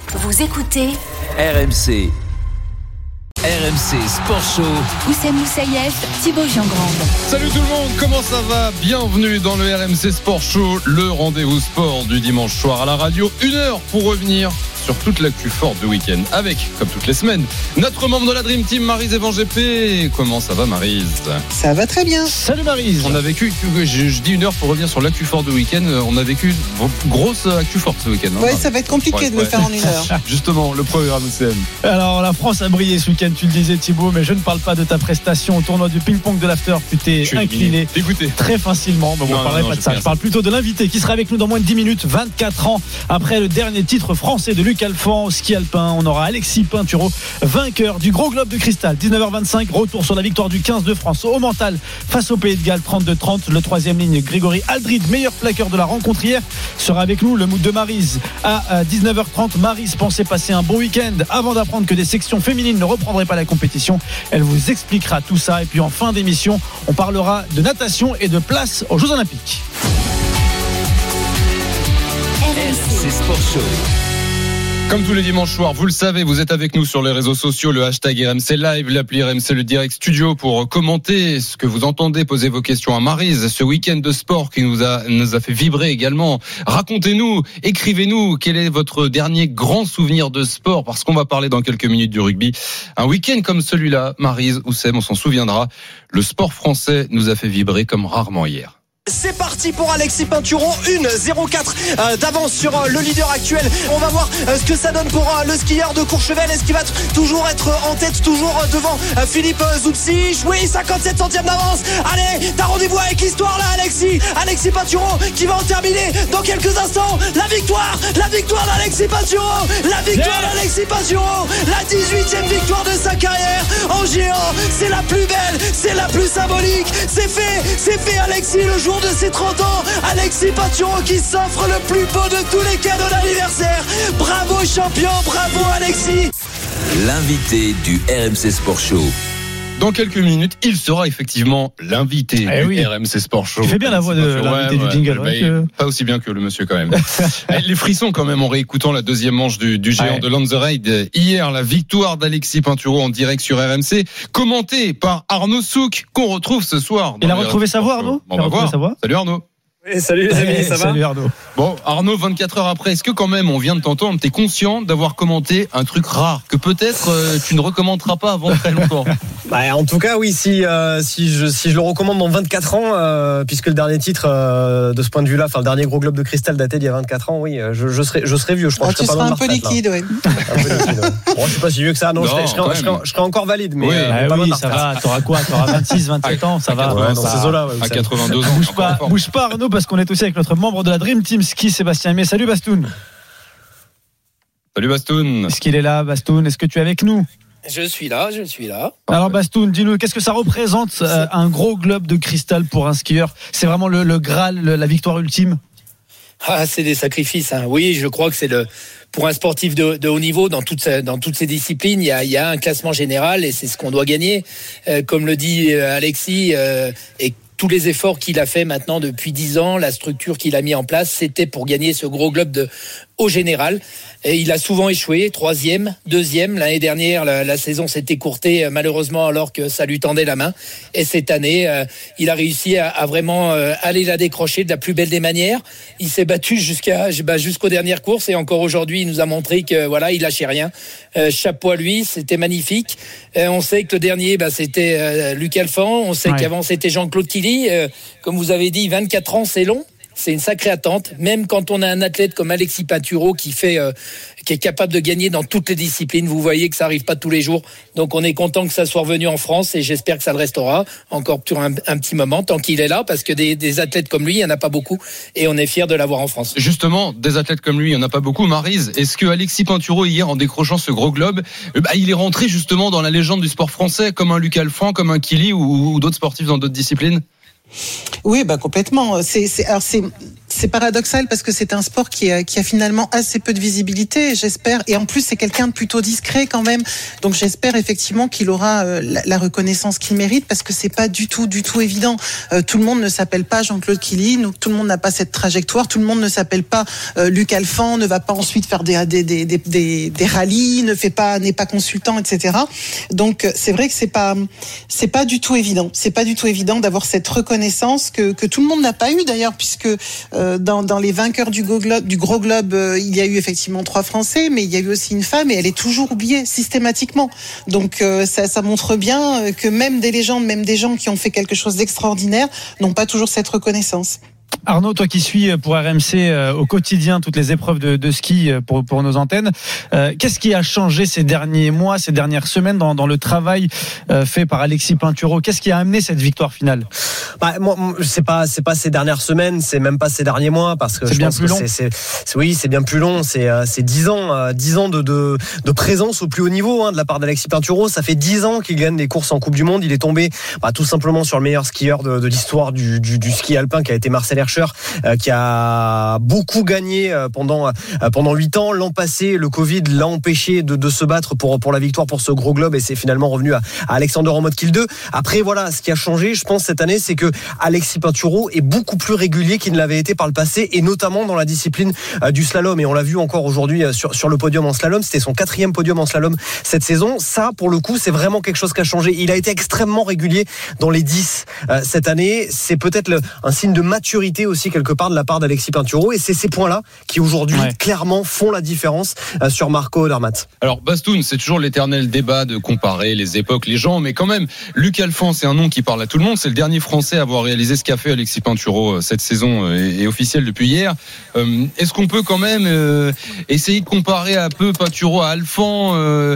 Vous écoutez RMC. RMC Sport Show. Oussem Moussaïef, Thibaut Giangrande. Salut tout le monde, comment ça va ? Bienvenue dans le RMC Sport Show, le rendez-vous sport du dimanche soir à la radio. 1 heure pour revenir sur toute l'actu forte du week-end avec, comme toutes les semaines, notre membre de la Dream Team, Maryse Evan GP. Comment ça va, Maryse ? Ça va très bien. Salut Maryse. On a vécu, je dis 1 heure pour revenir sur l'actu forte du week-end. On a vécu une grosse actu forte ce week-end. Ouais, ça va être compliqué de le faire en 1 heure. Justement, le programme OCM. Alors, la France a brillé ce week-end, tu le disais Thibaut, mais je ne parle pas de ta prestation au tournoi du ping-pong de l'After. Tu t'es incliné très facilement. Mais bon, on ne parlerait pas de ça. Je parle plutôt de l'invité qui sera avec nous dans moins de 10 minutes. 24 ans après le dernier titre français de Luc Alphand au ski alpin. On aura Alexis Pinturo, vainqueur du Gros Globe de Cristal. 19h25, retour sur la victoire du 15 de France au mental face au Pays de Galles, 32-30. Le troisième ligne, Grégory Aldrid, meilleur plaqueur de la rencontre hier, sera avec nous. Le mood de Maryse à 19h30. Maryse pensait passer un bon week-end avant d'apprendre que des sections féminines ne reprendraient pas la compétition. Elle vous expliquera tout ça. Et puis en fin d'émission, on parlera de natation et de place aux Jeux Olympiques. RMC Sport Show. Comme tous les dimanches soirs, vous le savez, vous êtes avec nous sur les réseaux sociaux, le hashtag RMC Live, l'appli RMC le Direct Studio pour commenter ce que vous entendez, poser vos questions à Maryse. Ce week-end de sport qui nous a fait vibrer également. Racontez-nous, écrivez-nous, quel est votre dernier grand souvenir de sport, parce qu'on va parler dans quelques minutes du rugby. Un week-end comme celui-là, Maryse, Oussem, on s'en souviendra, le sport français nous a fait vibrer comme rarement hier. C'est parti pour Alexis Pinturo, 1-0-4 d'avance sur le leader actuel. On va voir ce que ça donne pour le skieur de Courchevel. Est-ce qu'il va toujours être en tête, toujours devant Philippe Zoupsi? Oui, 57 centièmes d'avance. Allez, t'as rendez-vous avec l'histoire là, Alexis Pinturo qui va en terminer dans quelques instants. La victoire d'Alexis Pinturo, d'Alexis Pinturo, la 18e victoire de sa carrière en géant. C'est la plus belle, c'est la plus symbolique. C'est fait Alexis, le jour de ses 30 ans, Alexis Pinturo qui s'offre le plus beau de tous les cadeaux d'anniversaire. Bravo champion, bravo Alexis. L'invité du RMC Sport Show. Dans quelques minutes, il sera effectivement l'invité du RMC Sport Show. Tu fais bien la voix de l'invité du jingle. Pas aussi bien que le monsieur quand même. Les frissons quand même en réécoutant la deuxième manche du géant de Lanzerheide. Hier, la victoire d'Alexis Pinturo en direct sur RMC, commentée par Arnaud Souk, qu'on retrouve ce soir. Il a retrouvé sa voix, Arnaud ? On va voir. Salut Arnaud. Oui, salut les amis, ça va ? Salut Arnaud. Bon, Arnaud, 24 heures après, est-ce que quand même on vient de t'entendre, t'es conscient d'avoir commenté un truc rare que peut-être tu ne recommenderas pas avant très longtemps? Bah, en tout cas, oui, si je le recommande dans 24 ans, puisque le dernier titre de ce point de vue-là, enfin le dernier Gros Globe de Cristal daté d'il y a 24 ans, oui, je serai vieux, je crois. Tu seras un peu liquide, oui. Un peu liquide, ouais. Bon, je suis pas si vieux que ça, non, je serai encore valide, mais oui, ça va. T'auras quoi ? T'auras 26, 27 ans, ça va. Ouais, dans ces eaux-là, à 82 ans. Bouge pas Arnaud, parce qu'on est aussi avec notre membre de la Dream Team Ski, Sébastien Aimé. Salut Bastoun. Salut Bastoun. Est-ce qu'il est là, Bastoun ? Est-ce que tu es avec nous ? Je suis là. Alors Bastoun, dis-nous, qu'est-ce que ça représente un gros globe de cristal pour un skieur ? C'est vraiment le Graal, la victoire ultime ? C'est des sacrifices. Hein. Oui, je crois que c'est pour un sportif de haut niveau dans toutes ces disciplines, il y a un classement général et c'est ce qu'on doit gagner. Comme le dit Alexis, et tous les efforts qu'il a fait maintenant depuis 10 ans, la structure qu'il a mis en place, c'était pour gagner ce Gros Globe au général. Et il a souvent échoué, 3e, 2e. L'année dernière, la saison s'est écourtée malheureusement alors que ça lui tendait la main. Et cette année, il a réussi à vraiment aller la décrocher de la plus belle des manières. Il s'est battu jusqu'aux dernières courses et encore aujourd'hui, il nous a montré que voilà, il lâchait rien. Chapeau à lui, c'était magnifique. On sait que le dernier, c'était Luc Alphand. On sait qu'avant, c'était Jean-Claude Killy. Comme vous avez dit, 24 ans, c'est long. C'est une sacrée attente, même quand on a un athlète comme Alexis Pinturo qui est capable de gagner dans toutes les disciplines. Vous voyez que ça arrive pas tous les jours, donc on est content que ça soit revenu en France et j'espère que ça le restera encore pour un petit moment tant qu'il est là, parce que des athlètes comme lui, il y en a pas beaucoup et on est fiers de l'avoir en France. Justement, des athlètes comme lui, il y en a pas beaucoup. Maryse, est-ce que Alexis Pinturo hier, en décrochant ce Gros Globe, il est rentré justement dans la légende du sport français, comme un Luc Alphand, comme un Killy ou d'autres sportifs dans d'autres disciplines? Oui, complètement. C'est c'est paradoxal parce que c'est un sport qui a finalement assez peu de visibilité, j'espère. Et en plus, c'est quelqu'un de plutôt discret quand même. Donc j'espère effectivement qu'il aura la reconnaissance qu'il mérite parce que c'est pas du tout évident. Tout le monde ne s'appelle pas Jean-Claude Killy, tout le monde n'a pas cette trajectoire, tout le monde ne s'appelle pas Luc Alphand, ne va pas ensuite faire des rallyes, n'est pas consultant, etc. Donc c'est vrai que c'est pas du tout évident. C'est pas du tout évident d'avoir cette reconnaissance que tout le monde n'a pas eu d'ailleurs, puisque dans les vainqueurs du Gros Globe, il y a eu effectivement 3 Français, mais il y a eu aussi une femme et elle est toujours oubliée systématiquement. Donc ça montre bien que même des légendes, même des gens qui ont fait quelque chose d'extraordinaire n'ont pas toujours cette reconnaissance. Arnaud, toi qui suis pour RMC au quotidien toutes les épreuves de ski pour nos antennes, qu'est-ce qui a changé ces derniers mois, ces dernières semaines dans le travail fait par Alexis Pinturo? Qu'est-ce qui a amené cette victoire finale? Moi, c'est pas ces dernières semaines, c'est même pas ces derniers mois, parce que c'est bien plus long. Oui, c'est bien plus long. C'est 10 ans de présence au plus haut niveau de la part d'Alexis Pinturo. Ça fait 10 ans qu'il gagne des courses en Coupe du Monde. Il est tombé tout simplement sur le meilleur skieur de l'histoire du ski alpin, qui a été Marcel Hirscher, qui a beaucoup gagné pendant 8 ans. L'an passé, le Covid l'a empêché de se battre pour la victoire pour ce Gros Globe, et c'est finalement revenu à Alexander en mode kill 2. Après, voilà, ce qui a changé, je pense, cette année, c'est que Alexis Pinturo est beaucoup plus régulier qu'il ne l'avait été par le passé, et notamment dans la discipline du slalom. Et on l'a vu encore aujourd'hui sur le podium en slalom. C'était son 4e podium en slalom cette saison. Ça, pour le coup, c'est vraiment quelque chose qui a changé. Il a été extrêmement régulier dans les 10 cette année. C'est peut-être un signe de maturité aussi quelque part de la part d'Alexis Pinturo, et c'est ces points-là qui aujourd'hui clairement font la différence sur Marco Odermatt. Alors Bastoun, c'est toujours l'éternel débat de comparer les époques, les gens, mais quand même Luc Alphand, c'est un nom qui parle à tout le monde, c'est le dernier Français à avoir réalisé ce qu'a fait Alexis Pinturo cette saison, est officiel depuis hier. Est-ce qu'on peut quand même essayer de comparer un peu Pinturo à Alphand?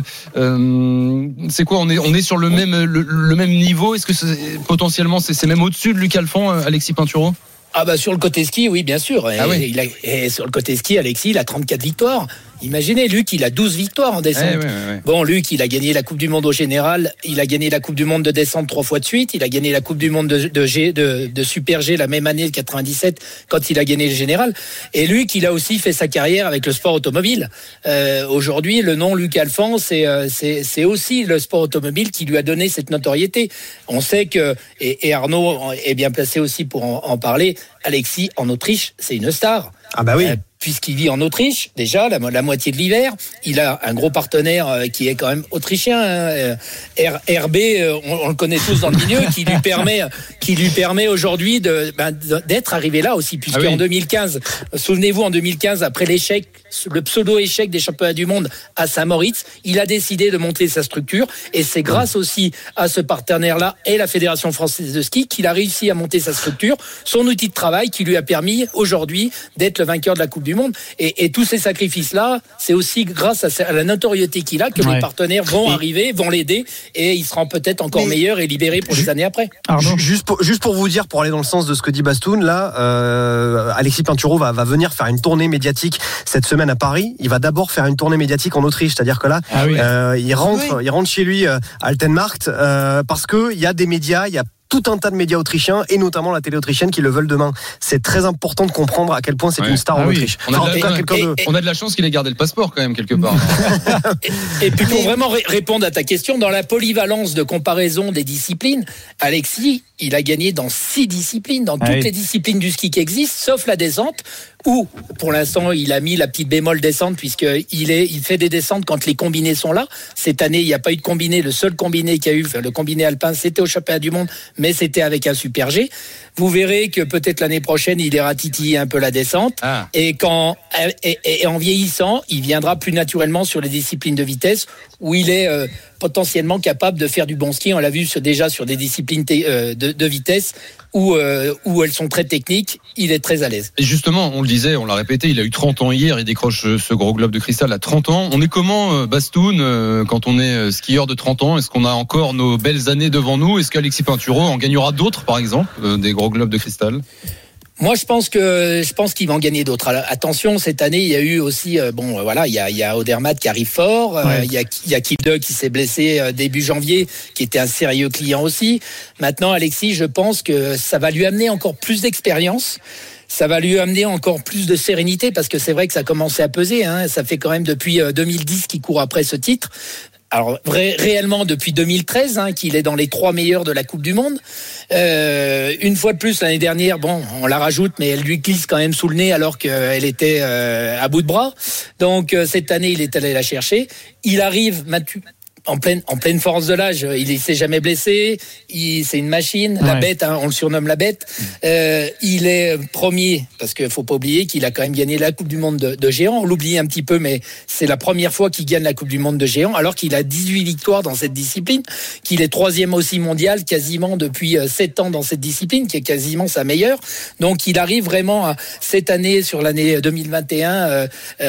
C'est quoi, on est sur le même niveau? Est-ce que potentiellement c'est même au-dessus de Luc Alphand, Alexis Pinturo? Sur le côté ski, oui, bien sûr. Et sur le côté ski, Alexis, il a 34 victoires. Imaginez, Luc, il a 12 victoires en descente. Bon, Luc, il a gagné la Coupe du Monde au général, il a gagné la Coupe du Monde de descente 3 fois de suite, il a gagné la Coupe du Monde de Super G la même année, de 97, quand il a gagné le général. Et Luc, il a aussi fait sa carrière avec le sport automobile. Aujourd'hui, le nom Luc Alphand, c'est aussi le sport automobile qui lui a donné cette notoriété. On sait que, et Arnaud est bien placé aussi pour en parler, Alexis, en Autriche, c'est une star. Ah bah oui. Puisqu'il vit en Autriche, déjà, la moitié de l'hiver. Il a un gros partenaire qui est quand même autrichien, RB, on le connaît tous dans le milieu, qui lui permet aujourd'hui d'être arrivé là aussi, puisqu'en 2015, souvenez-vous, en 2015, après le pseudo-échec des championnats du monde à Saint-Moritz, il a décidé de monter sa structure, et c'est grâce aussi à ce partenaire-là et la Fédération française de ski qu'il a réussi à monter sa structure, son outil de travail qui lui a permis aujourd'hui d'être le vainqueur de la Coupe du Monde. Et tous ces sacrifices-là, c'est aussi grâce à la notoriété qu'il a que les partenaires vont arriver, vont l'aider, et il sera peut-être encore meilleur et libéré pour les années après. Juste pour vous dire, pour aller dans le sens de ce que dit Bastoun, là, Alexis Pinturo va venir faire une tournée médiatique cette semaine à Paris. Il va d'abord faire une tournée médiatique en Autriche, c'est-à-dire que là, il rentre chez lui à Altenmarkt, parce que il y a des médias, il y a tout un tas de médias autrichiens, et notamment la télé autrichienne, qui le veulent demain. C'est très important de comprendre à quel point c'est une star en Autriche. On a de la chance qu'il ait gardé le passeport quand même quelque part. Et puis pour vraiment répondre à ta question, dans la polyvalence de comparaison des disciplines, Alexis, il a gagné dans 6 disciplines, dans toutes les disciplines du ski qui existent, sauf la descente, où pour l'instant il a mis la petite bémol descente, puisqu'il fait des descentes quand les combinés sont là. Cette année il n'y a pas eu de combiné, le seul combiné qu'il y a eu, le combiné alpin, c'était au championnat du monde, mais c'était avec un Super G. Vous verrez que peut-être l'année prochaine il ira titiller un peu la descente, et en vieillissant il viendra plus naturellement sur les disciplines de vitesse, où il est potentiellement capable de faire du bon ski. On l'a vu déjà sur des disciplines de vitesse où elles sont très techniques, il est très à l'aise. Et justement, on le disait, on l'a répété, il a eu 30 ans hier, il décroche ce Gros Globe de cristal à 30 ans. On est comment, Bastoun, quand on est skieur de 30 ans? Est-ce qu'on a encore nos belles années devant nous? Est-ce qu'Alexis Pinturo en gagnera d'autres, par exemple, des Gros Globes de cristal? Moi, je pense qu'il va en gagner d'autres. Alors, attention, cette année, il y a eu aussi, il y a Odermatt qui arrive fort, il y a Kilde qui s'est blessé début janvier, qui était un sérieux client aussi. Maintenant, Alexis, je pense que ça va lui amener encore plus d'expérience. ça va lui amener encore plus de sérénité parce que c'est vrai que ça commençait à peser. Ça fait quand même depuis 2010 qu'il court après ce titre. Alors réellement depuis 2013 qu'il est dans les 3 meilleurs de la Coupe du Monde. Une fois de plus l'année dernière, on la rajoute, mais elle lui glisse quand même sous le nez alors qu'elle était à bout de bras. Donc cette année il est allé la chercher. Il arrive en pleine force de l'âge, il s'est jamais blessé, c'est une machine, la bête, on le surnomme la bête. Il est premier, parce qu'il faut pas oublier qu'il a quand même gagné la Coupe du Monde de géant, on l'oublie un petit peu, mais c'est la première fois qu'il gagne la Coupe du Monde de géant, alors qu'il a 18 victoires dans cette discipline, qu'il est 3e aussi mondial, quasiment depuis 7 ans dans cette discipline, qui est quasiment sa meilleure. Donc il arrive vraiment cette année, sur l'année 2021,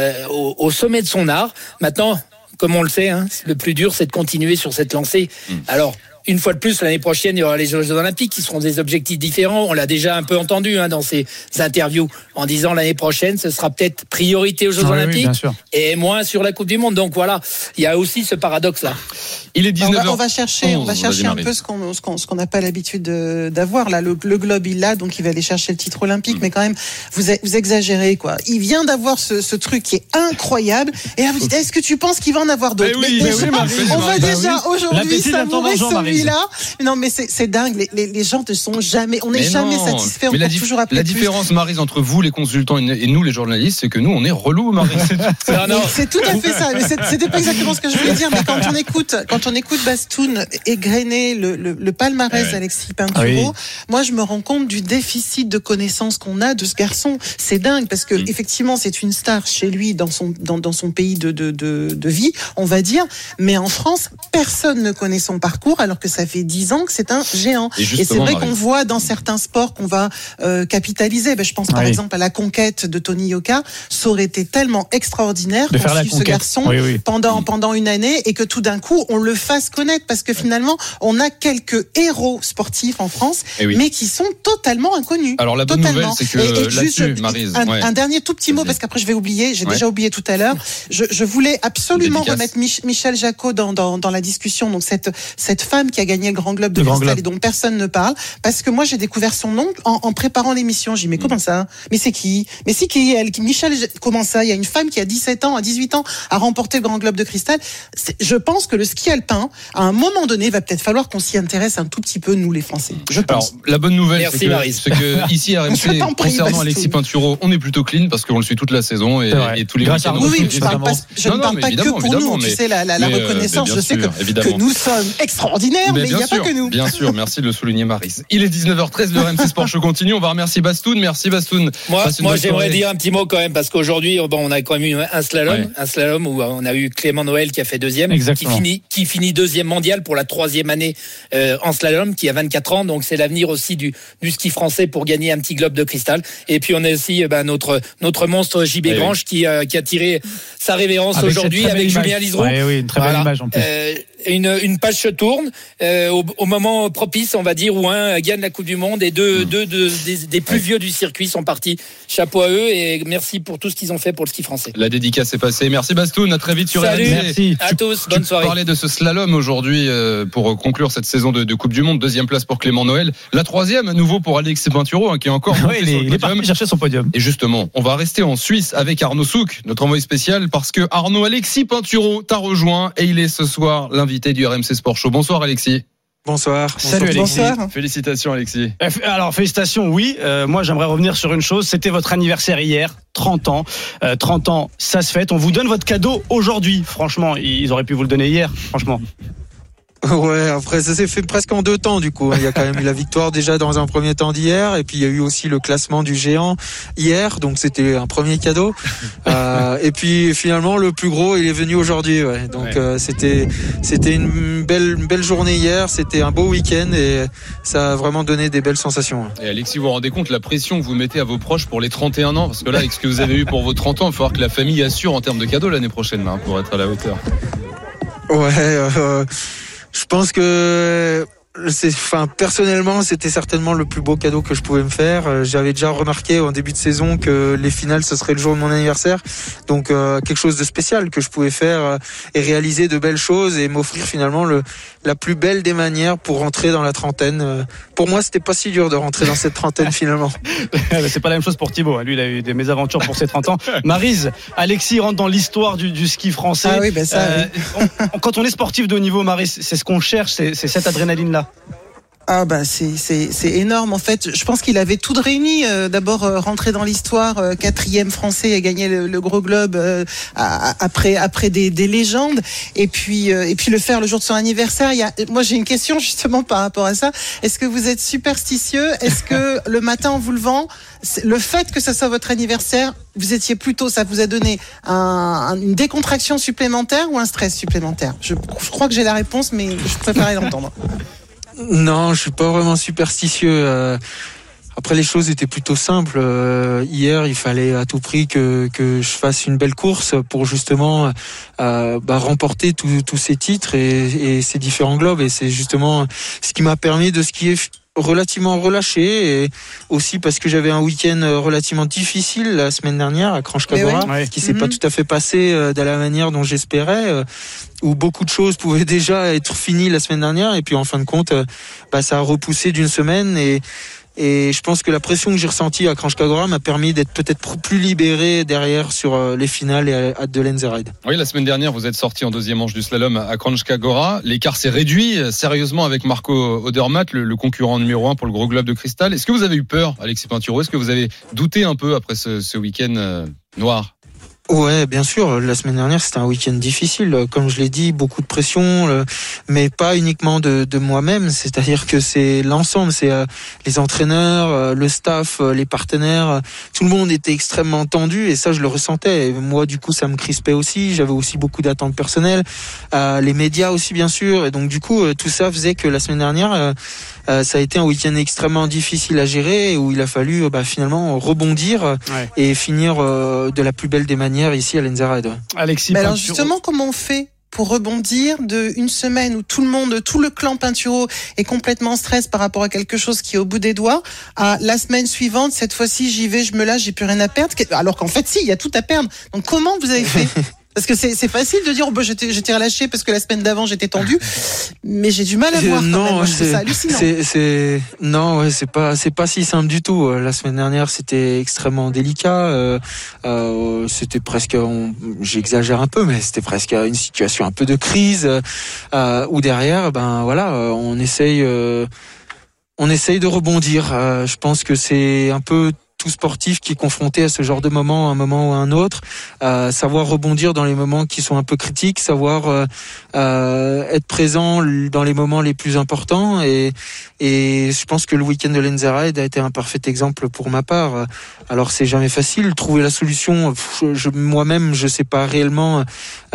au sommet de son art. Maintenant, comme on le sait, le plus dur, c'est de continuer sur cette lancée. Alors, une fois de plus, l'année prochaine, il y aura les Jeux Olympiques qui seront des objectifs différents. On l'a déjà un peu entendu dans ces interviews, en disant l'année prochaine, ce sera peut-être priorité aux Jeux Olympiques et moins sur la Coupe du Monde. Donc voilà, il y a aussi ce paradoxe-là. Il est 19h. On va chercher un peu ce qu'on n'a pas l'habitude d'avoir. Là, le globe, il l'a, donc il va aller chercher le titre olympique. Mais quand même, vous exagérez, quoi. Il vient d'avoir ce truc qui est incroyable. Et là, vous dites, est-ce que tu penses qu'il va en avoir d'autres? On va déjà aujourd'hui savourer celui-là. Non, mais c'est dingue. Les gens ne sont jamais, on n'est jamais satisfait. On court toujours après. La différence, Maryse, entre vous, les consultants, et nous, les journalistes, c'est que nous, on est relous, Maryse. C'est tout à fait ça. Mais c'était pas exactement ce que je voulais dire. Mais quand on écoute Bastoun égrener le palmarès d'Alexis Pinturo, moi je me rends compte du déficit de connaissances qu'on a de ce garçon. C'est dingue parce que effectivement c'est une star chez lui dans son pays de vie, on va dire. Mais en France, personne ne connaît son parcours alors que ça fait 10 ans que c'est un géant. Et c'est vrai qu'on voit dans certains sports qu'on va capitaliser. Je pense par exemple à la conquête de Tony Yoka. Ça aurait été tellement extraordinaire qu'on suive ce garçon pendant une année et que tout d'un coup on le fasse connaître parce que finalement on a quelques héros sportifs en France mais qui sont totalement inconnus. Alors la bonne nouvelle c'est que là-dessus, Maryse, un dernier tout petit mot parce qu'après je vais oublier, j'ai déjà oublié tout à l'heure. Je voulais absolument remettre Michel Jacot dans la discussion, donc cette femme qui a gagné le Grand Globe de cristal et dont personne ne parle, parce que moi j'ai découvert son nom en préparant l'émission. J'ai dit mais comment ça? Mais c'est qui elle? Michel, comment ça? Il y a une femme qui a 17 ans, à 18 ans a remporté le Grand Globe de cristal. Je pense que le ski alpin, à un moment donné, va peut-être falloir qu'on s'y intéresse un tout petit peu, nous les Français. Je pense. Alors, la bonne nouvelle, c'est que ici à RMC, concernant Alexis Pinturo, on est plutôt clean parce qu'on le suit toute la saison et tous les week-ends. Oui, je ne parle pas que pour nous. Tu sais, la reconnaissance, je sais que nous sommes extraordinaires, mais il n'y a pas que nous. Bien sûr, merci de le souligner, Maryse. Il est 19h13, le RMC Sport Show continue. On va remercier Bastoun. Merci Bastoun. Moi j'aimerais dire un petit mot quand même parce qu'aujourd'hui, on a quand même eu un slalom où on a eu Clément Noël qui a fait deuxième, qui finit deuxième mondial pour la 3e année en slalom, qui a 24 ans. Donc c'est l'avenir aussi du ski français pour gagner un petit globe de cristal. Et puis on a aussi notre monstre JB Grange qui a tiré sa révérence aujourd'hui avec Julien Lisereau. Oui, une très belle image en plus. Une page se tourne au moment propice, on va dire, où un gagne la Coupe du Monde et deux des plus vieux du circuit sont partis. Chapeau à eux et merci pour tout ce qu'ils ont fait pour le ski français. La dédicace est passée. Merci Bastoun, à très vite sur RMC. Merci à tous, bonne soirée. Tu parlais de ce slalom aujourd'hui pour conclure cette saison de Coupe du Monde. 2e place pour Clément Noël. La 3e à nouveau pour Alexis Pinturo qui est encore il est parti chercher son podium. Et justement, on va rester en Suisse avec Arnaud Souk, notre envoyé spécial, parce que Arnaud, Alexis Pinturo t'a rejoint et il est ce soir l'invité du RMC Sport Show. Bonsoir Alexis. Bonsoir. Salut Alexis. Bonsoir. Félicitations Alexis. Alors félicitations, oui. Moi j'aimerais revenir sur une chose. C'était votre anniversaire hier, 30 ans. 30 ans, ça se fête. On vous donne votre cadeau aujourd'hui. Franchement, ils auraient pu vous le donner hier. Franchement. Ouais, après ça s'est fait presque en 2 temps du coup. Il y a quand même eu la victoire déjà dans un premier temps d'hier et puis il y a eu aussi le classement du géant hier, donc c'était un premier cadeau. Et puis finalement le plus gros il est venu aujourd'hui. Ouais. Donc c'était une belle journée hier, c'était un beau week-end et ça a vraiment donné des belles sensations. Et Alexis, vous vous rendez compte la pression que vous mettez à vos proches pour les 31 ans, parce que là avec ce que vous avez eu pour vos 30 ans, il va falloir que la famille assure en termes de cadeaux l'année prochaine pour être à la hauteur. Ouais. Je pense que personnellement, c'était certainement le plus beau cadeau que je pouvais me faire. J'avais déjà remarqué en début de saison que les finales, ce serait le jour de mon anniversaire. Donc, quelque chose de spécial que je pouvais faire et réaliser de belles choses et m'offrir finalement la plus belle des manières pour rentrer dans la trentaine. Pour moi, c'était pas si dur de rentrer dans cette trentaine finalement. C'est pas la même chose pour Thibaut. Lui, il a eu des mésaventures pour ses 30 ans. Maryse, Alexis rentre dans l'histoire du ski français. Ah oui, ben ça, oui. Quand on est sportif de haut niveau, Maryse, c'est ce qu'on cherche, c'est cette adrénaline-là. Ah bah c'est énorme en fait. Je pense qu'il avait tout de réuni. D'abord rentrer dans l'histoire, 4e français à gagner le Gros Globe après des légendes. Et puis le faire le jour de son anniversaire. Moi j'ai une question justement par rapport à ça. Est-ce que vous êtes superstitieux ? Est-ce que le matin en vous levant, le fait que ça soit votre anniversaire, vous étiez plutôt, ça vous a donné une décontraction supplémentaire ou un stress supplémentaire ? Je crois que j'ai la réponse, mais je préférais l'entendre. Non, je suis pas vraiment superstitieux. Après, les choses étaient plutôt simples. Hier, il fallait à tout prix que je fasse une belle course pour justement remporter tous ces titres et ces différents globes. Et c'est justement ce qui m'a permis de skier relativement relâché, et aussi parce que j'avais un week-end relativement difficile la semaine dernière à Kranjska-Gora, qui s'est pas tout à fait passé de la manière dont j'espérais, où beaucoup de choses pouvaient déjà être finies la semaine dernière, et puis en fin de compte ça a repoussé d'une semaine, et je pense que la pression que j'ai ressentie à Kranjska-Gora m'a permis d'être peut-être plus libéré derrière sur les finales et à de Lenzerheide. Oui, la semaine dernière, vous êtes sorti en deuxième manche du slalom à Kranjska-Gora. L'écart s'est réduit sérieusement avec Marco Odermatt, le concurrent numéro 1 pour le Gros Globe de cristal. Est-ce que vous avez eu peur, Alexis Pinturo ? Est-ce que vous avez douté un peu après ce week-end noir ? Ouais, bien sûr. La semaine dernière, c'était un week-end difficile. Comme je l'ai dit, beaucoup de pression, mais pas uniquement de moi-même. C'est-à-dire que c'est l'ensemble, c'est les entraîneurs, le staff, les partenaires. Tout le monde était extrêmement tendu, et ça, je le ressentais. Et moi, du coup, ça me crispait aussi. J'avais aussi beaucoup d'attentes personnelles. Les médias aussi, bien sûr. Et donc, du coup, tout ça faisait que la semaine dernière, ça a été un week-end extrêmement difficile à gérer, où il a fallu finalement rebondir et finir de la plus belle des manières ici à Lenzerheide. Alexis, mais alors justement, comment on fait pour rebondir d'une semaine où tout le clan Pinturo est complètement en stress par rapport à quelque chose qui est au bout des doigts, à la semaine suivante, cette fois-ci j'y vais, je me lâche, j'ai plus rien à perdre, alors qu'en fait si, il y a tout à perdre. Donc comment vous avez fait ? Parce que c'est facile de dire j'étais relâché parce que la semaine d'avant j'étais tendu, mais j'ai du mal à voir. Non, c'est hallucinant. C'est pas si simple du tout. La semaine dernière, c'était extrêmement délicat. C'était presque, j'exagère un peu, mais c'était presque une situation un peu de crise où derrière, on essaye de rebondir. Je pense que c'est un peu tout sportif qui est confronté à ce genre de moment, un moment ou un autre, savoir rebondir dans les moments qui sont un peu critiques, savoir être présent dans les moments les plus importants, et je pense que le week-end de Lenzerheide a été un parfait exemple pour ma part. Alors c'est jamais facile, trouver la solution, moi-même je sais pas réellement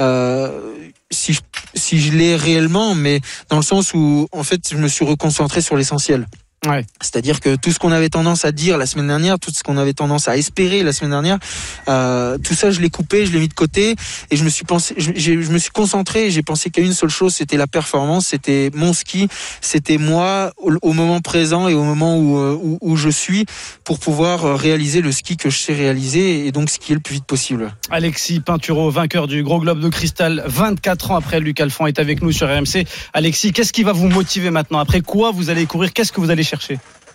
si je l'ai réellement, mais dans le sens où en fait je me suis reconcentré sur l'essentiel. Ouais. C'est-à-dire que tout ce qu'on avait tendance à dire la semaine dernière, tout ce qu'on avait tendance à espérer la semaine dernière, tout ça je l'ai coupé, je l'ai mis de côté, et je me suis concentré, et j'ai pensé qu'à une seule chose, c'était la performance, c'était mon ski, c'était moi au moment présent et au moment où je suis, pour pouvoir réaliser le ski que je sais réaliser, et donc skier le plus vite possible. Alexis Pinturo, vainqueur du Gros Globe de cristal 24 ans après. Luc Alphand est avec nous sur RMC. Alexis, qu'est-ce qui va vous motiver maintenant ? Après quoi vous allez courir ? Qu'est-ce que vous allez chercher ?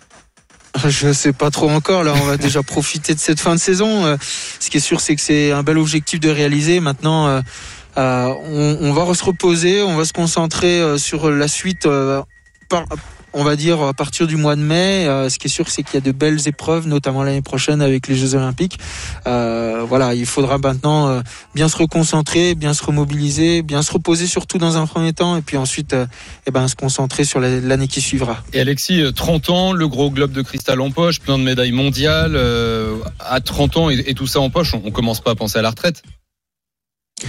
Je sais pas trop encore. Là, on va déjà profiter de cette fin de saison. Ce qui est sûr, c'est que c'est un bel objectif de réaliser. Maintenant, on va se reposer, on va se concentrer sur la suite. On va dire à partir du mois de mai. Ce qui est sûr, c'est qu'il y a de belles épreuves, notamment l'année prochaine avec les Jeux Olympiques. Il faudra maintenant bien se reconcentrer, bien se remobiliser, bien se reposer surtout dans un premier temps, et puis ensuite se concentrer sur l'année qui suivra. Et Alexis, 30 ans, le Gros Globe de cristal en poche, plein de médailles mondiales, à 30 ans et tout ça en poche, on commence pas à penser à la retraite ?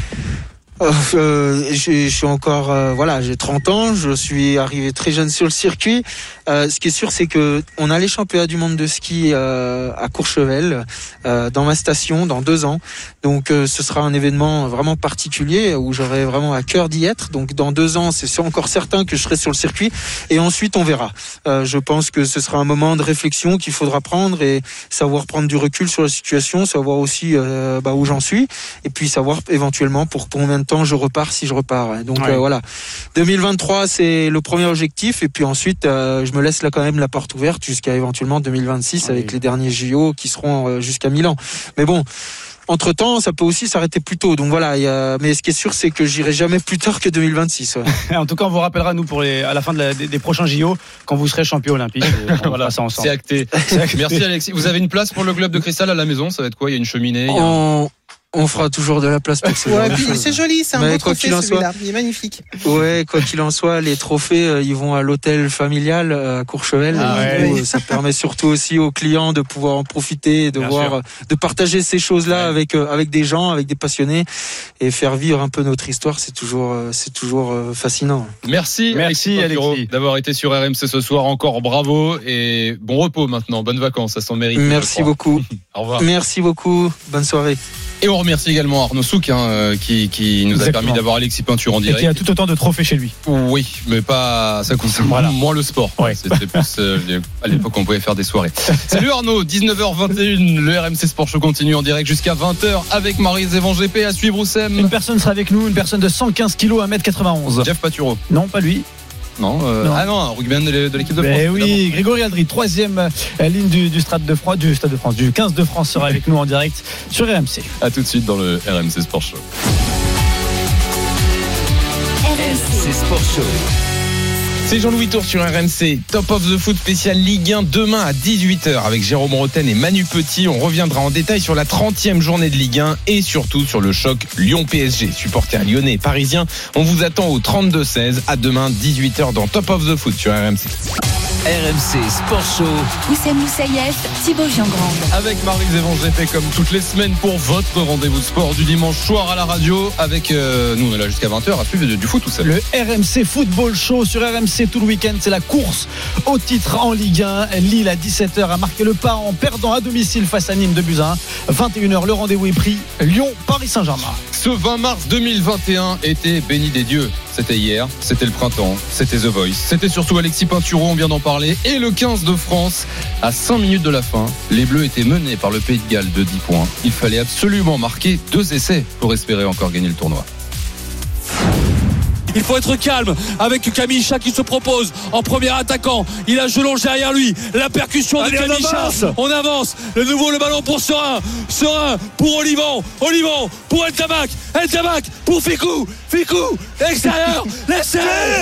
Je suis encore, j'ai 30 ans, je suis arrivé très jeune sur le circuit. Ce qui est sûr, c'est que on a les championnats du monde de ski à Courchevel, dans ma station, dans 2 ans. Donc, ce sera un événement vraiment particulier où j'aurai vraiment à cœur d'y être. Donc, dans 2 ans, c'est encore certain que je serai sur le circuit. Et ensuite, on verra. Je pense que ce sera un moment de réflexion qu'il faudra prendre et savoir prendre du recul sur la situation, savoir aussi où j'en suis, et puis savoir éventuellement pour combien de temps je repars si je repars. Ouais. Donc voilà. 2023, c'est le premier objectif, et puis ensuite, je me laisse là quand même la porte ouverte jusqu'à éventuellement 2026 avec les derniers JO qui seront jusqu'à Milan. Mais bon. Entre-temps, ça peut aussi s'arrêter plus tôt. Donc voilà, mais ce qui est sûr, c'est que j'irai jamais plus tard que 2026. Ouais. En tout cas, on vous rappellera, nous, à la fin des prochains JO, quand vous serez champion olympique. Voilà, ça ensemble. C'est acté. Merci Alexis. Vous avez une place pour le globe de cristal à la maison? Ça va être quoi? Il y a une cheminée? On fera toujours de la place pour ce genre de choses. C'est joli, c'est un beau trophée celui-là. Il est magnifique. Ouais, quoi qu'il en soit, les trophées, ils vont à l'hôtel familial à Courchevel. Ça permet surtout aussi aux clients de pouvoir en profiter, de partager ces choses-là avec des gens, avec des passionnés, et faire vivre un peu notre histoire. C'est toujours fascinant. Merci Alexis d'avoir été sur RMC ce soir. Encore bravo et bon repos maintenant. Bonnes vacances, ça s'en mérite. Merci beaucoup. Au revoir. Merci beaucoup. Bonne soirée. Et on remercie également Arnaud Souk qui nous a permis d'avoir Alexis Peinture en direct. Et qui a tout autant de trophées chez lui. Oui, mais pas, ça concerne moins le sport. Ouais. C'était plus à l'époque on pouvait faire des soirées. Salut Arnaud, 19h21, le RMC Sport Show continue en direct jusqu'à 20h avec Maryse Evan GP à suivre Oussem. Une personne sera avec nous, une personne de 115 kg, 1m91. Jeff Paturo. Non, pas lui. Non, un rugbyman de l'équipe de France. Oui, Grégory Aldrit, 3e ligne du Stade de France, du 15 de France sera avec nous en direct sur RMC. A tout de suite dans le RMC Sport Show. RMC Sport Show. C'est Jean-Louis Tour sur RMC. Top of the Foot spécial Ligue 1 demain à 18h avec Jérôme Roten et Manu Petit. On reviendra en détail sur la 30e journée de Ligue 1 et surtout sur le choc Lyon-PSG. Supporters lyonnais et parisiens, on vous attend au 32-16. À demain 18h dans Top of the Foot sur RMC. RMC Sport Show. Oussem Moussaïef, Thibaut Giangrande. Avec Maryse Evan GP comme toutes les semaines pour votre rendez-vous sport du dimanche soir à la radio. Avec nous, on est là jusqu'à 20h à suivre du foot ou ça. Le RMC Football Show sur RMC tout le week-end. C'est la course au titre en Ligue 1. Lille à 17h a marqué le pas en perdant à domicile face à Nîmes 2-1. 21h, le rendez-vous est pris. Lyon, Paris Saint-Germain. Ce 20 mars 2021 était béni des dieux. C'était hier, c'était le printemps, c'était The Voice, c'était surtout Alexis Pinturo, on vient d'en parler, et le 15 de France. À 5 minutes de la fin, les Bleus étaient menés par le Pays de Galles de 10 points. Il fallait absolument marquer 2 essais pour espérer encore gagner le tournoi. Il faut être calme avec Camille Chat qui se propose en premier attaquant. Il a Jelonge derrière lui. La percussion de Camille Chat. On avance. Le ballon pour Serein. Serein pour Olivon. Olivon pour El Tabac. El Tabac pour Ficou. Ficou. Extérieur. Laissez.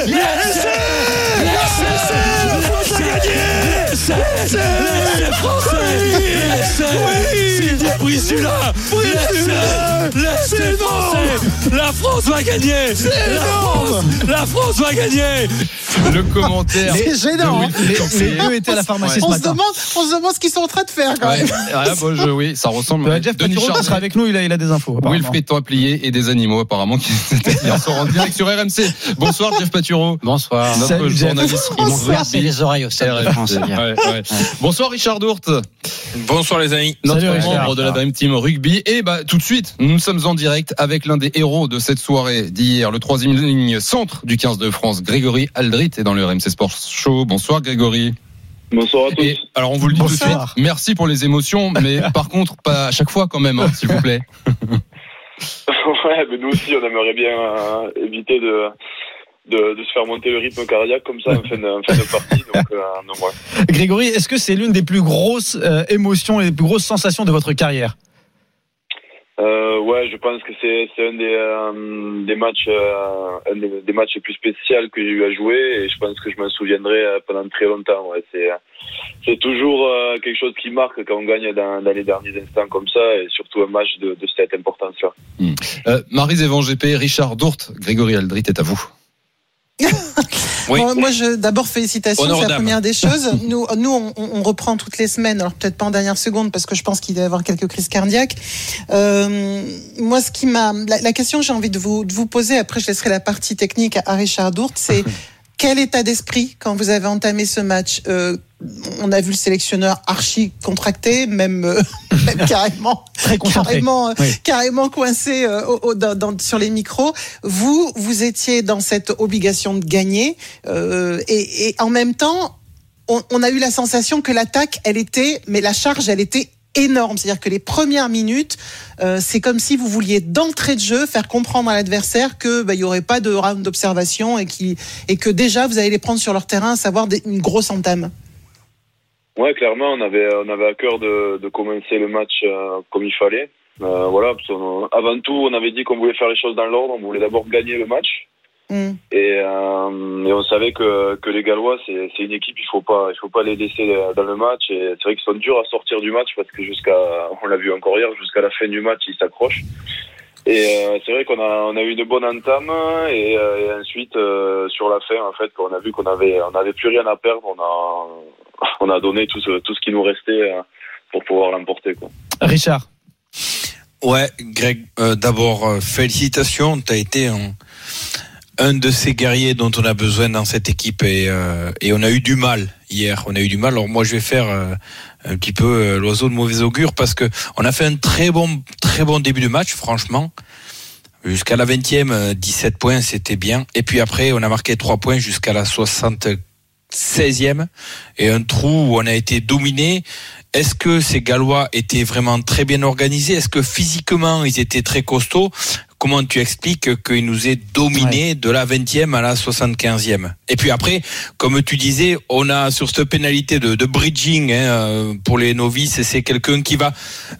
Les Français. Didier Brisula. Laissez les Français. La France va gagner. La France va gagner. Le commentaire. C'est gênant. Les deux étaient à la pharmacie ce matin. On se demande ce qu'ils sont en train de faire quand même. Oui, ça ressemble. Jeff Paturo sera avec nous, il a des infos. Wilfried Templier et des animaux apparemment qui sont en direct sur RMC. Bonsoir Jeff Paturo. Bonsoir. Notre journaliste. Ils m'ont versé les oreilles au Stade de France. Bonsoir Richard Dourte. Bonsoir les amis. Notre membre de la Dream Team Rugby. Et tout de suite, nous sommes en direct avec l'un des héros de cette soirée d'hier, le 3e ligne centre du 15 de France, Grégory Aldrit, est dans le RMC Sport Show. Bonsoir Grégory. Bonsoir à tous. Et alors on vous le dit tout de suite, merci pour les émotions, mais par contre pas à chaque fois quand même, s'il vous plaît. Ouais, mais nous aussi on aimerait bien éviter de se faire monter le rythme cardiaque comme ça en fin de partie. Donc ouais. Grégory, est-ce que c'est l'une des plus grosses émotions et des plus grosses sensations de votre carrière? Ouais, je pense que c'est un des matchs les plus spéciaux que j'ai eu à jouer, et je pense que je m'en souviendrai pendant très longtemps. Ouais, c'est toujours quelque chose qui marque quand on gagne dans les derniers instants comme ça, et surtout un match de cette importance-là. Maryse Evan GP, Richard Dourte, Grégory Aldrit est à vous. Oui. Moi, d'abord, félicitations, c'est la première des choses. Nous, on reprend toutes les semaines, alors peut-être pas en dernière seconde, parce que je pense qu'il doit y avoir quelques crises cardiaques. Moi, la question que j'ai envie de vous poser, après je laisserai la partie technique à Richard Dourte, c'est quel état d'esprit quand vous avez entamé ce match? On a vu le sélectionneur archi contracté, même carrément coincé sur les micros. Vous étiez dans cette obligation de gagner, et en même temps, on a eu la sensation que l'attaque, la charge, elle était énorme. C'est-à-dire que les premières minutes, c'est comme si vous vouliez d'entrée de jeu faire comprendre à l'adversaire que il y aurait pas de round d'observation et que déjà vous allez les prendre sur leur terrain, à savoir une grosse entame. Ouais, clairement, on avait à cœur de commencer le match comme il fallait. Voilà, parce avant tout, on avait dit qu'on voulait faire les choses dans l'ordre. On voulait d'abord gagner le match. Et on savait que les Gallois, c'est une équipe, il faut pas les laisser dans le match. Et c'est vrai qu'ils sont durs à sortir du match parce que on l'a vu encore hier, jusqu'à la fin du match, ils s'accrochent. Et c'est vrai qu'on a eu une bonne entame et ensuite sur la fin, en fait, quand on a vu qu'on avait plus rien à perdre, on a donné tout ce qui nous restait pour pouvoir l'emporter, quoi. Richard. Ouais, Greg, d'abord félicitations, t'as été un de ces guerriers dont on a besoin dans cette équipe et on a eu du mal hier. On a eu du mal. Alors moi je vais faire un petit peu l'oiseau de mauvais augure parce que on a fait un très bon début de match, franchement. Jusqu'à la 20e, 17 points, c'était bien. Et puis après, on a marqué 3 points jusqu'à la 76e et un trou où on a été dominé. Est-ce que ces Gallois étaient vraiment très bien organisés? Est-ce que physiquement, ils étaient très costauds? Comment tu expliques qu'ils nous aient dominés de la 20e à la 75e? Et puis après, comme tu disais, on a sur cette pénalité de bridging pour les novices, c'est quelqu'un qui va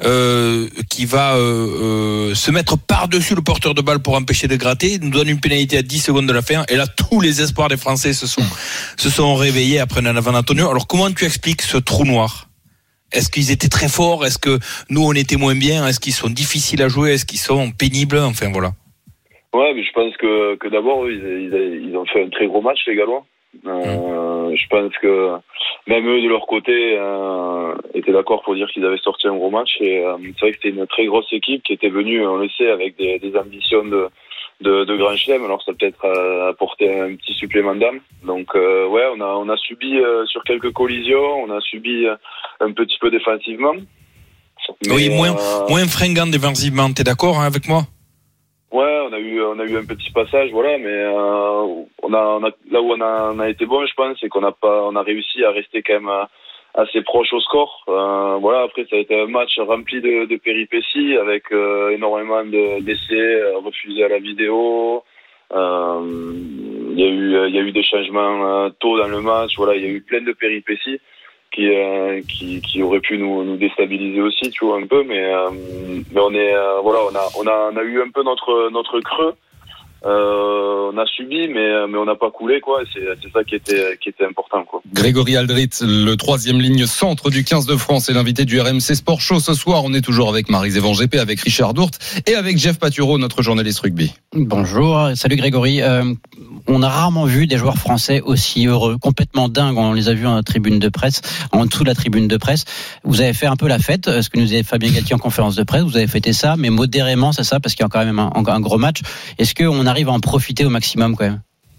se mettre par-dessus le porteur de balle pour empêcher de gratter. Il nous donne une pénalité à 10 secondes de la fin. Et là, tous les espoirs des Français se sont réveillés après un avant Antonio. Alors comment tu expliques ce trou noir? Est-ce qu'ils étaient très forts? Est-ce que nous, on était moins bien? Est-ce qu'ils sont difficiles à jouer? Est-ce qu'ils sont pénibles? Enfin, voilà. Ouais, mais je pense que d'abord, ils ont fait un très gros match, les Gallois. Je pense que même eux, de leur côté, étaient d'accord pour dire qu'ils avaient sorti un gros match. Et c'est vrai que c'était une très grosse équipe qui était venue, on le sait, avec des ambitions de Grand Chelem. Alors ça peut-être apporté un petit supplément d'âme. Donc ouais, on a subi sur quelques collisions, on a subi un petit peu défensivement. Mais, oui, moins fringant défensivement. T'es d'accord avec moi? Ouais, on a eu un petit passage, voilà, mais là où on a été bon, je pense, c'est qu'on a réussi à rester quand même assez proche au score. Voilà, après ça a été un match rempli de péripéties avec énormément d'essais refusés à la vidéo. Il y a eu des changements tôt dans le match. Voilà, il y a eu plein de péripéties qui auraient pu nous déstabiliser aussi, tu vois, un peu. Mais on est on a eu un peu notre creux. On a subi, mais on n'a pas coulé, quoi. Et c'est ça qui était important, quoi. Grégory Aldrit, le troisième ligne centre du 15 de France, est l'invité du RMC Sport Show ce soir. On est toujours avec Maryse Evangépé, avec Richard Dourte et avec Jeff Patureau, notre journaliste rugby. Bonjour, salut Grégory. On a rarement vu des joueurs français aussi heureux, complètement dingues. On les a vus en tribune de presse, en dessous de la tribune de presse. Vous avez fait un peu la fête, ce que nous disait Fabien Galtier en conférence de presse. Vous avez fêté ça, mais modérément, c'est ça, parce qu'il y a quand même un gros match. Est-ce qu'on arrive à en profiter au maximum, quand même?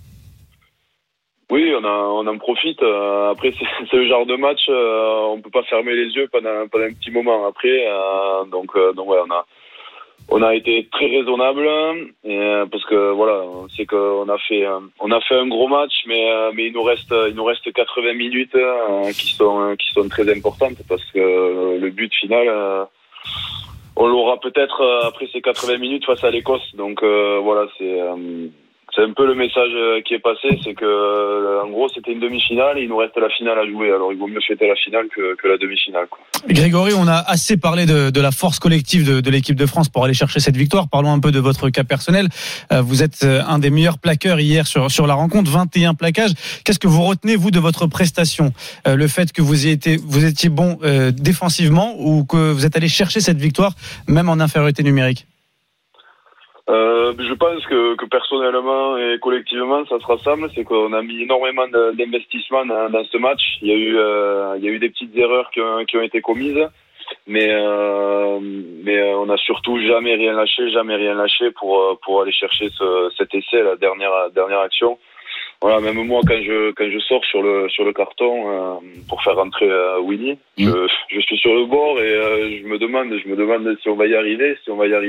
Oui, on en profite. Après, c'est le genre de match, on peut pas fermer les yeux pendant un petit moment après. Donc ouais, on a été très raisonnable, parce que voilà, on sait qu'on a fait un gros match, mais il nous reste 80 minutes qui sont très importantes, parce que le but final, on l'aura peut-être après ces 80 minutes face à l'Écosse. Donc voilà, c'est un peu le message qui est passé, c'est que en gros c'était une demi-finale et il nous reste la finale à jouer. Alors il vaut mieux fêter la finale que la demi-finale, quoi. Grégory, on a assez parlé de la force collective de l'équipe de France pour aller chercher cette victoire. Parlons un peu de votre cas personnel. Vous êtes un des meilleurs plaqueurs hier sur la rencontre, 21 plaquages. Qu'est-ce que vous retenez, vous, de votre prestation? Le fait que vous étiez bon défensivement, ou que vous êtes allé chercher cette victoire même en infériorité numérique? Je pense que personnellement et collectivement, ça se rassemble. C'est qu'on a mis énormément d'investissement dans ce match. Il y a eu des petites erreurs qui ont été commises, mais on a surtout jamais rien lâché pour aller chercher cet essai, la dernière action. Voilà, même moi quand je sors sur le carton pour faire rentrer Winnie, je suis sur le bord et je me demande si on va y arriver.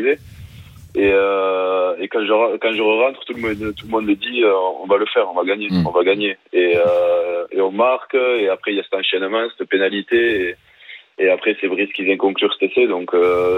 Et quand je rentre, tout le monde me dit on va le faire, on va gagner. Et on marque, et après il y a cet enchaînement, cette pénalité, et après c'est Brice qui vient conclure cet essai, donc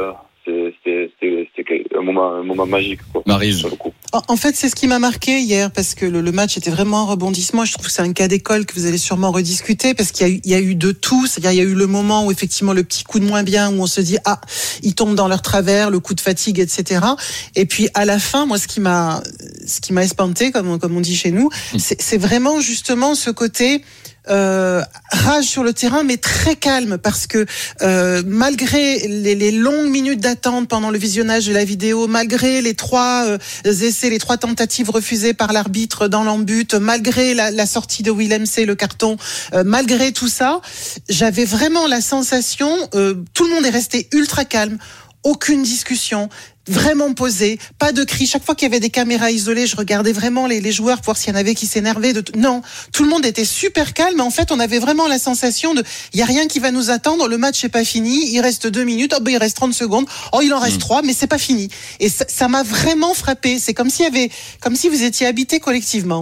c'était un moment magique, quoi. Maryse. En fait, c'est ce qui m'a marqué hier, parce que le match était vraiment un rebondissement. Je trouve que c'est un cas d'école que vous allez sûrement rediscuter, parce qu'il y a eu de tout. C'est-à-dire, il y a eu le moment où effectivement le petit coup de moins bien, où on se dit ils tombent dans leur travers, le coup de fatigue, etc. Et puis à la fin, moi, ce qui m'a espanté, comme on dit chez nous, c'est vraiment justement ce côté rage sur le terrain, mais très calme, parce que malgré les longues minutes d'attente pendant le visionnage de la vidéo, malgré les 3 essais, les 3 tentatives refusées par l'arbitre dans l'embut, malgré la sortie de Willem C, le carton, malgré tout ça, j'avais vraiment la sensation, tout le monde est resté ultra calme, aucune discussion, vraiment posé, pas de cris. Chaque fois qu'il y avait des caméras isolées, je regardais vraiment les joueurs pour voir s'il y en avait qui s'énervaient. Non, tout le monde était super calme. En fait, on avait vraiment la sensation il y a rien qui va nous attendre. Le match n'est pas fini. Il reste 2 minutes. Il reste 30 secondes. Il en reste 3, mais c'est pas fini. Et ça m'a vraiment frappé. C'est comme si vous étiez habités collectivement.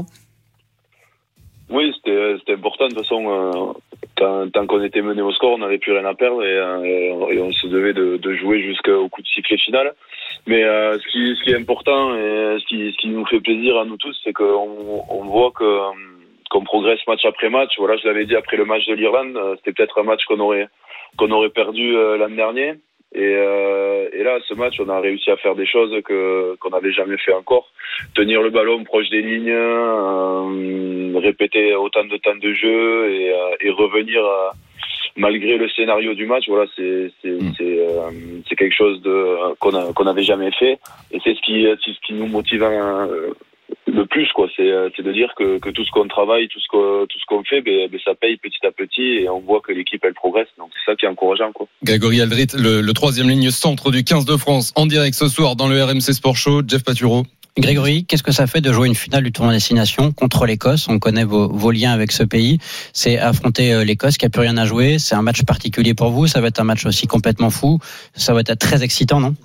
Oui, c'était important. De toute façon, tant qu'on était mené au score, on n'avait plus rien à perdre et on se devait de jouer jusqu'au coup de sifflet final. Mais ce qui est important et ce qui nous fait plaisir à nous tous, c'est qu'on voit qu'on progresse match après match. Voilà, je l'avais dit après le match de l'Irlande, c'était peut-être un match qu'on aurait perdu l'an dernier. Et là, ce match, on a réussi à faire des choses qu'on n'avait jamais fait encore. Tenir le ballon proche des lignes, répéter autant de temps de jeu et revenir malgré le scénario du match. Voilà, c'est quelque chose qu'on n'avait jamais fait, et c'est ce qui nous motive le plus, quoi. C'est de dire que tout ce qu'on travaille, tout ce qu'on fait, ça paye petit à petit, et on voit que l'équipe elle progresse. Donc c'est ça qui est encourageant, quoi. Grégory Aldrit, le troisième ligne centre du 15 de France, en direct ce soir dans le RMC Sport Show. Jeff Patureau. Grégory, qu'est-ce que ça fait de jouer une finale du tournoi Destination contre l'Écosse? On connaît vos liens avec ce pays. C'est affronter l'Écosse qui a plus rien à jouer. C'est un match particulier pour vous. Ça va être un match aussi complètement fou. Ça va être très excitant, non?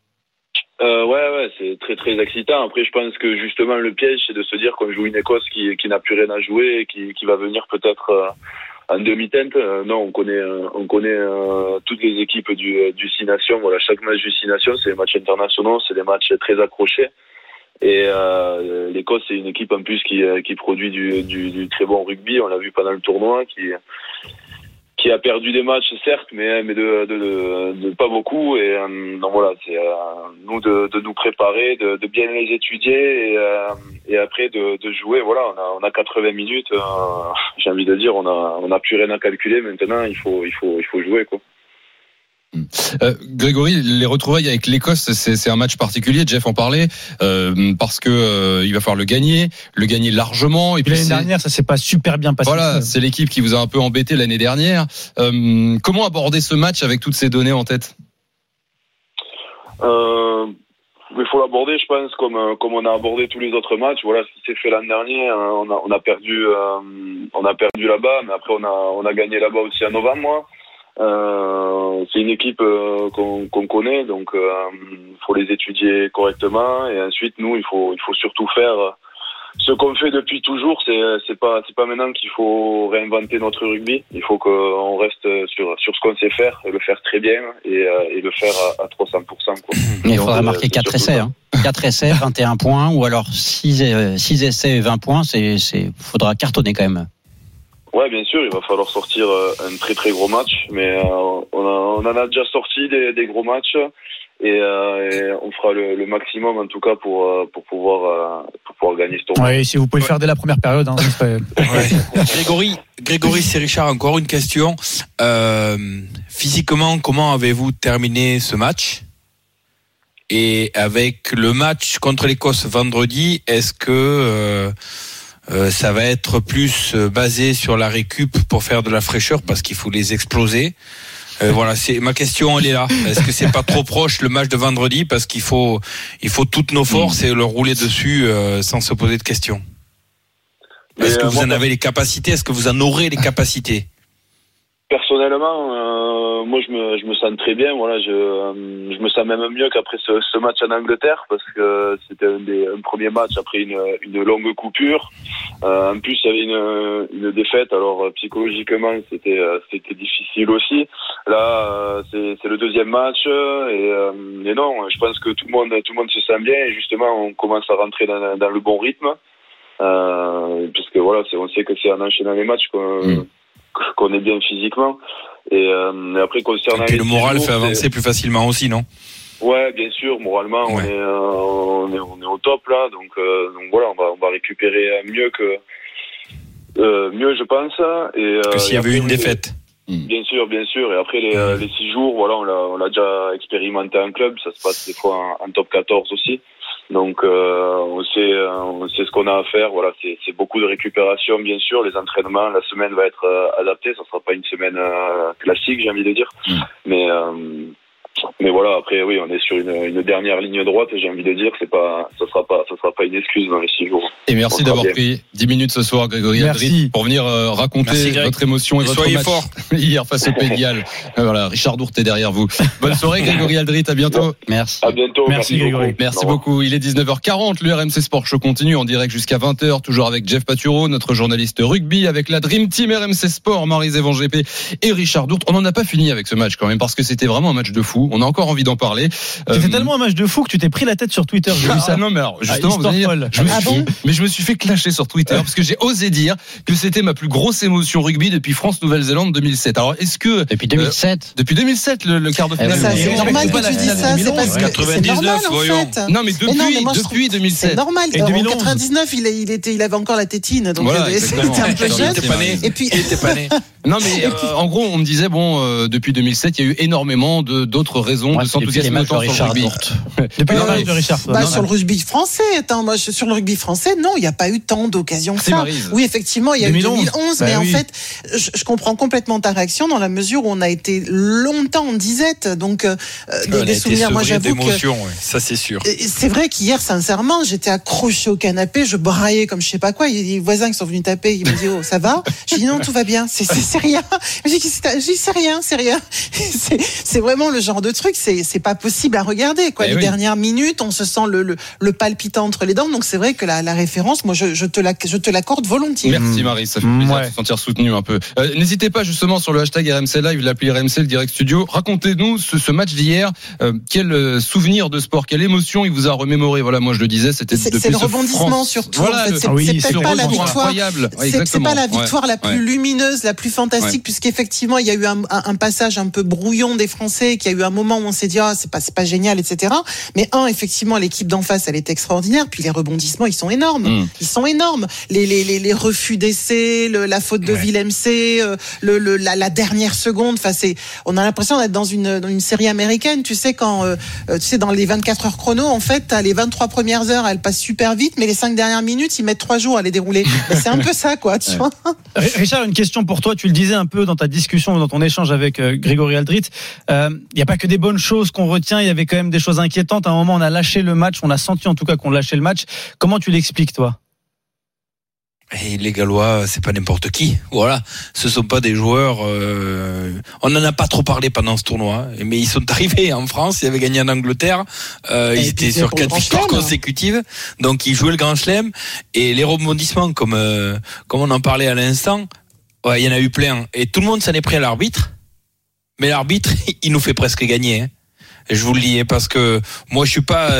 Ouais, c'est très très excitant. Après, je pense que justement le piège, c'est de se dire qu'on joue une Écosse qui n'a plus rien à jouer, et qui va venir peut-être en demi-teinte. Non, on connaît toutes les équipes du Six Nations. Voilà, chaque match du Six Nations, c'est des matchs internationaux, c'est des matchs très accrochés. Et l'Écosse, c'est une équipe en plus qui produit du très bon rugby. On l'a vu pendant le tournoi, qui a perdu des matchs, certes, mais de pas beaucoup. Et donc voilà, c'est nous de nous préparer, de bien les étudier, et après de jouer. Voilà, on a 80 minutes. J'ai envie de dire, on a plus rien à calculer maintenant. Il faut jouer, quoi. Grégory, les retrouvailles avec l'Écosse, c'est un match particulier. Jeff en parlait, parce que il va falloir le gagner largement. Et puis l'année dernière, ça s'est pas super bien passé. Voilà, c'est l'équipe qui vous a un peu embêté l'année dernière. Comment aborder ce match avec toutes ces données en tête? Il faut l'aborder, je pense, comme on a abordé tous les autres matchs. Voilà, ce qui s'est fait l'an dernier, on a perdu là-bas, mais après on a gagné là-bas aussi en novembre. C'est une équipe qu'on connaît, donc il faut les étudier correctement, et ensuite nous il faut surtout faire ce qu'on fait depuis toujours. C'est pas maintenant qu'il faut réinventer notre rugby. Il faut qu'on reste sur ce qu'on sait faire, et le faire très bien, et le faire à 300%, quoi. Mais il faudra marquer 4 essais, 4 essais, 21 points, ou alors 6 essais, 20 points. Faudra cartonner quand même. Ouais, bien sûr, il va falloir sortir un très très gros match, mais on en a déjà sorti des gros matchs, et on fera le maximum en tout cas pour pouvoir gagner ce tournoi. Oui, si vous pouvez le faire dès la première période, ça serait... Grégory, c'est Richard. Encore une question. Physiquement, comment avez-vous terminé ce match? Et avec le match contre l'Écosse vendredi, est-ce que ça va être plus basé sur la récup pour faire de la fraîcheur parce qu'il faut les exploser? Voilà, c'est ma question, elle est là. Est-ce que c'est pas trop proche le match de vendredi parce qu'il faut toutes nos forces et leur rouler dessus sans se poser de questions? Est-ce que vous en avez les capacités? Est-ce que vous en aurez les capacités? Personnellement, moi je me sens très bien. Voilà, je me sens même mieux qu'après ce match en Angleterre parce que c'était un premier match après une longue coupure. En plus, il y avait une défaite. Alors psychologiquement, c'était difficile aussi. Là, c'est le deuxième match et non, je pense que tout le monde se sent bien et justement on commence à rentrer dans le bon rythme. Puisque voilà, on sait que c'est en enchaînant les matchs qu'on est bien physiquement et après concernant et le moral fait avancer plus facilement aussi, non? Ouais, bien sûr, moralement on est au top là, donc voilà, on va récupérer mieux je pense que s'il y avait eu une défaite. Bien sûr, et après les 6 jours, voilà, on l'a déjà expérimenté en club, ça se passe des fois en top 14 aussi. Donc on sait ce qu'on a à faire. Voilà, c'est beaucoup de récupération bien sûr. Les entraînements, la semaine va être adaptée. Ça sera pas une semaine classique, j'ai envie de dire. Mais voilà, après oui, on est sur une dernière ligne droite et j'ai envie de dire que ça sera pas une excuse dans les 6 jours. Et merci d'avoir pris 10 minutes ce soir, Grégory Aldrit, pour venir raconter votre émotion et votre match fort hier face au Pays de Galles. Voilà, Richard Dourte est derrière vous. Bonne soirée, Grégory Aldrit, à bientôt. Merci. À bientôt. Merci Grégory. Merci beaucoup. Il est 19h40, le RMC Sport Show continue en direct jusqu'à 20h, toujours avec Jeff Paturo, notre journaliste rugby, avec la Dream Team RMC Sport, Maryse Evan-GP et Richard Dourte. On n'en a pas fini avec ce match quand même, parce que c'était vraiment un match de fou. On a encore envie d'en parler. C'était tellement un match de fou que tu t'es pris la tête sur Twitter. J'ai vu ça. Non, mais alors, justement, vous allez dire, je me suis fait clasher sur Twitter parce que j'ai osé dire que c'était ma plus grosse émotion rugby depuis France-Nouvelle-Zélande 2007. Alors, est-ce que. Depuis 2007? Depuis 2007, le quart de finale. C'est normal que tu dises ça, c'est parce que c'est normal en fait. Non, mais depuis 2007. C'est normal. Et 2011. En 99, il avait encore la tétine, donc c'était un peu jeune. Et puis, il était pas né. Non, mais en gros, on me disait, depuis 2007, il y a eu énormément d'autres raisons de s'enthousiasmer autant sur le rugby. Depuis le match de Richard. Sur le rugby français, sur le rugby français, non, il n'y a pas eu tant d'occasions que ça. Oui, effectivement, il y a eu 2011, mais en fait, je comprends complètement ta réaction dans la mesure où on a été longtemps en disette, donc des souvenirs. Moi, j'avoue que ça c'est sûr. C'est vrai qu'hier, sincèrement, j'étais accroché au canapé, je braillais comme je sais pas quoi. Il y a des voisins qui sont venus taper, ils me disent oh ça va. Je dis non, tout va bien, c'est rien. Je dis c'est rien. C'est vraiment le genre de truc, c'est pas possible à regarder quoi. Les dernières minutes, on se sent le palpitant entre les dents. Donc c'est vrai que la référence, moi je te l'accorde volontiers. Merci Marie, ça fait plaisir de se sentir soutenu un peu. N'hésitez pas justement sur le hashtag RMC Live, l'appli RMC, le Direct Studio. Racontez-nous ce match d'hier. Quel souvenir de sport, quelle émotion il vous a remémoré. Voilà, moi je le disais, c'était depuis c'est le rebondissement surtout. Voilà, en fait. C'est peut-être pas la victoire. C'est pas la victoire la plus lumineuse, la plus fantastique, puisqu'effectivement il y a eu un passage un peu brouillon des Français, qu'il y a eu un moment où on s'est dit c'est pas génial, etc. Mais effectivement l'équipe d'en face elle est extraordinaire, puis les rebondissements ils sont énormes. Ils sont énormes. Les refus d'essai, la faute de Willem C, la dernière seconde. Enfin on a l'impression d'être dans une série américaine. Tu sais quand dans les 24 heures chrono en fait les 23 premières heures elles passent super vite, mais les 5 dernières minutes ils mettent 3 jours à les dérouler. C'est un peu ça quoi. Tu vois. Richard, une question pour toi. Tu le disais un peu dans ta discussion, dans ton échange avec Grégory Aldrit. Il n'y a pas que des bonnes choses qu'on retient. Il y avait quand même des choses inquiétantes. À un moment, on a lâché le match. On a senti en tout cas qu'on lâchait le match. Comment tu l'expliques, toi? Et les Gallois, c'est pas n'importe qui. Voilà, ce sont pas des joueurs. On en a pas trop parlé pendant ce tournoi, mais ils sont arrivés en France. Ils avaient gagné en Angleterre. Ils étaient sur 4 victoires consécutives, donc ils jouaient le Grand Chelem. Et les rebondissements, comme on en parlait à l'instant, il y en a eu plein. Et tout le monde s'en est pris à l'arbitre. Mais l'arbitre, il nous fait presque gagner. Je vous le dis, parce que moi je suis pas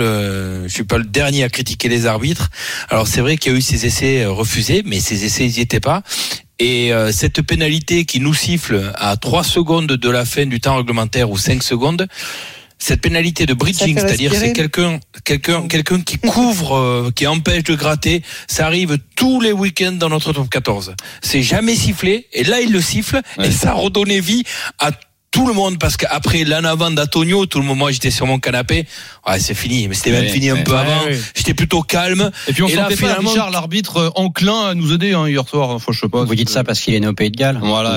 le dernier à critiquer les arbitres. Alors c'est vrai qu'il y a eu ces essais refusés, mais ces essais ils y étaient pas. Et cette pénalité qui nous siffle à 3 secondes de la fin du temps réglementaire ou 5 secondes, cette pénalité de bridging, c'est-à-dire c'est quelqu'un qui couvre, qui empêche de gratter, ça arrive tous les week-ends dans notre top 14. C'est jamais sifflé, et là il le siffle, et ça a redonné vie à tout le monde, parce qu'après l'en avant d'Antonio, tout le monde, moi j'étais sur mon canapé, ouais c'est fini, mais c'était même fini un peu avant, j'étais plutôt calme. Et puis on sentait pas Richard, l'arbitre, enclin à nous aider hier soir, enfin, je sais pas. Vous dites ça parce qu'il est né au Pays de Galles. Voilà.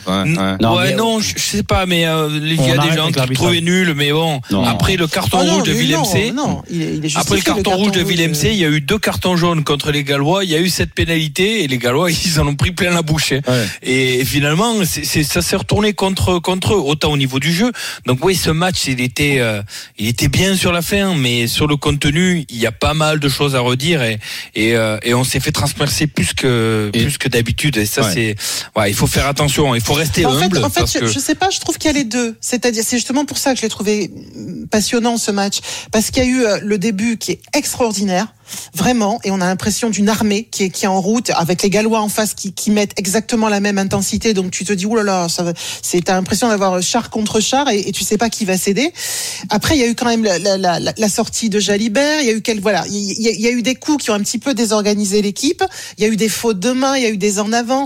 Non, je sais pas, mais il y a des gens qui trouvaient nul, mais bon, après le carton rouge de Villemc, après le carton rouge de Villemc, il y a eu 2 cartons jaunes contre les Gallois, il y a eu cette pénalité et les Gallois ils en ont pris plein la bouche. Et finalement ça s'est retourné contre eux, autant au niveau du jeu. Donc oui, ce match il était bien sur la fin, mais sur le contenu il y a pas mal de choses à redire et on s'est fait transpercer plus que d'habitude, et ça il faut faire attention, il faut rester humble. En fait, je sais pas, je trouve qu'il y a les deux. C'est-à-dire, c'est justement pour ça que je l'ai trouvé passionnant ce match, parce qu'il y a eu le début qui est extraordinaire. Vraiment, et on a l'impression d'une armée qui est en route, avec les Gallois en face qui mettent exactement la même intensité. Donc tu te dis oulala, t'as l'impression d'avoir char contre char et tu sais pas qui va céder. Après il y a eu quand même la sortie de Jalibert, il y a eu il y a eu des coups qui ont un petit peu désorganisé l'équipe. Il y a eu des fautes de main, il y a eu des en avant.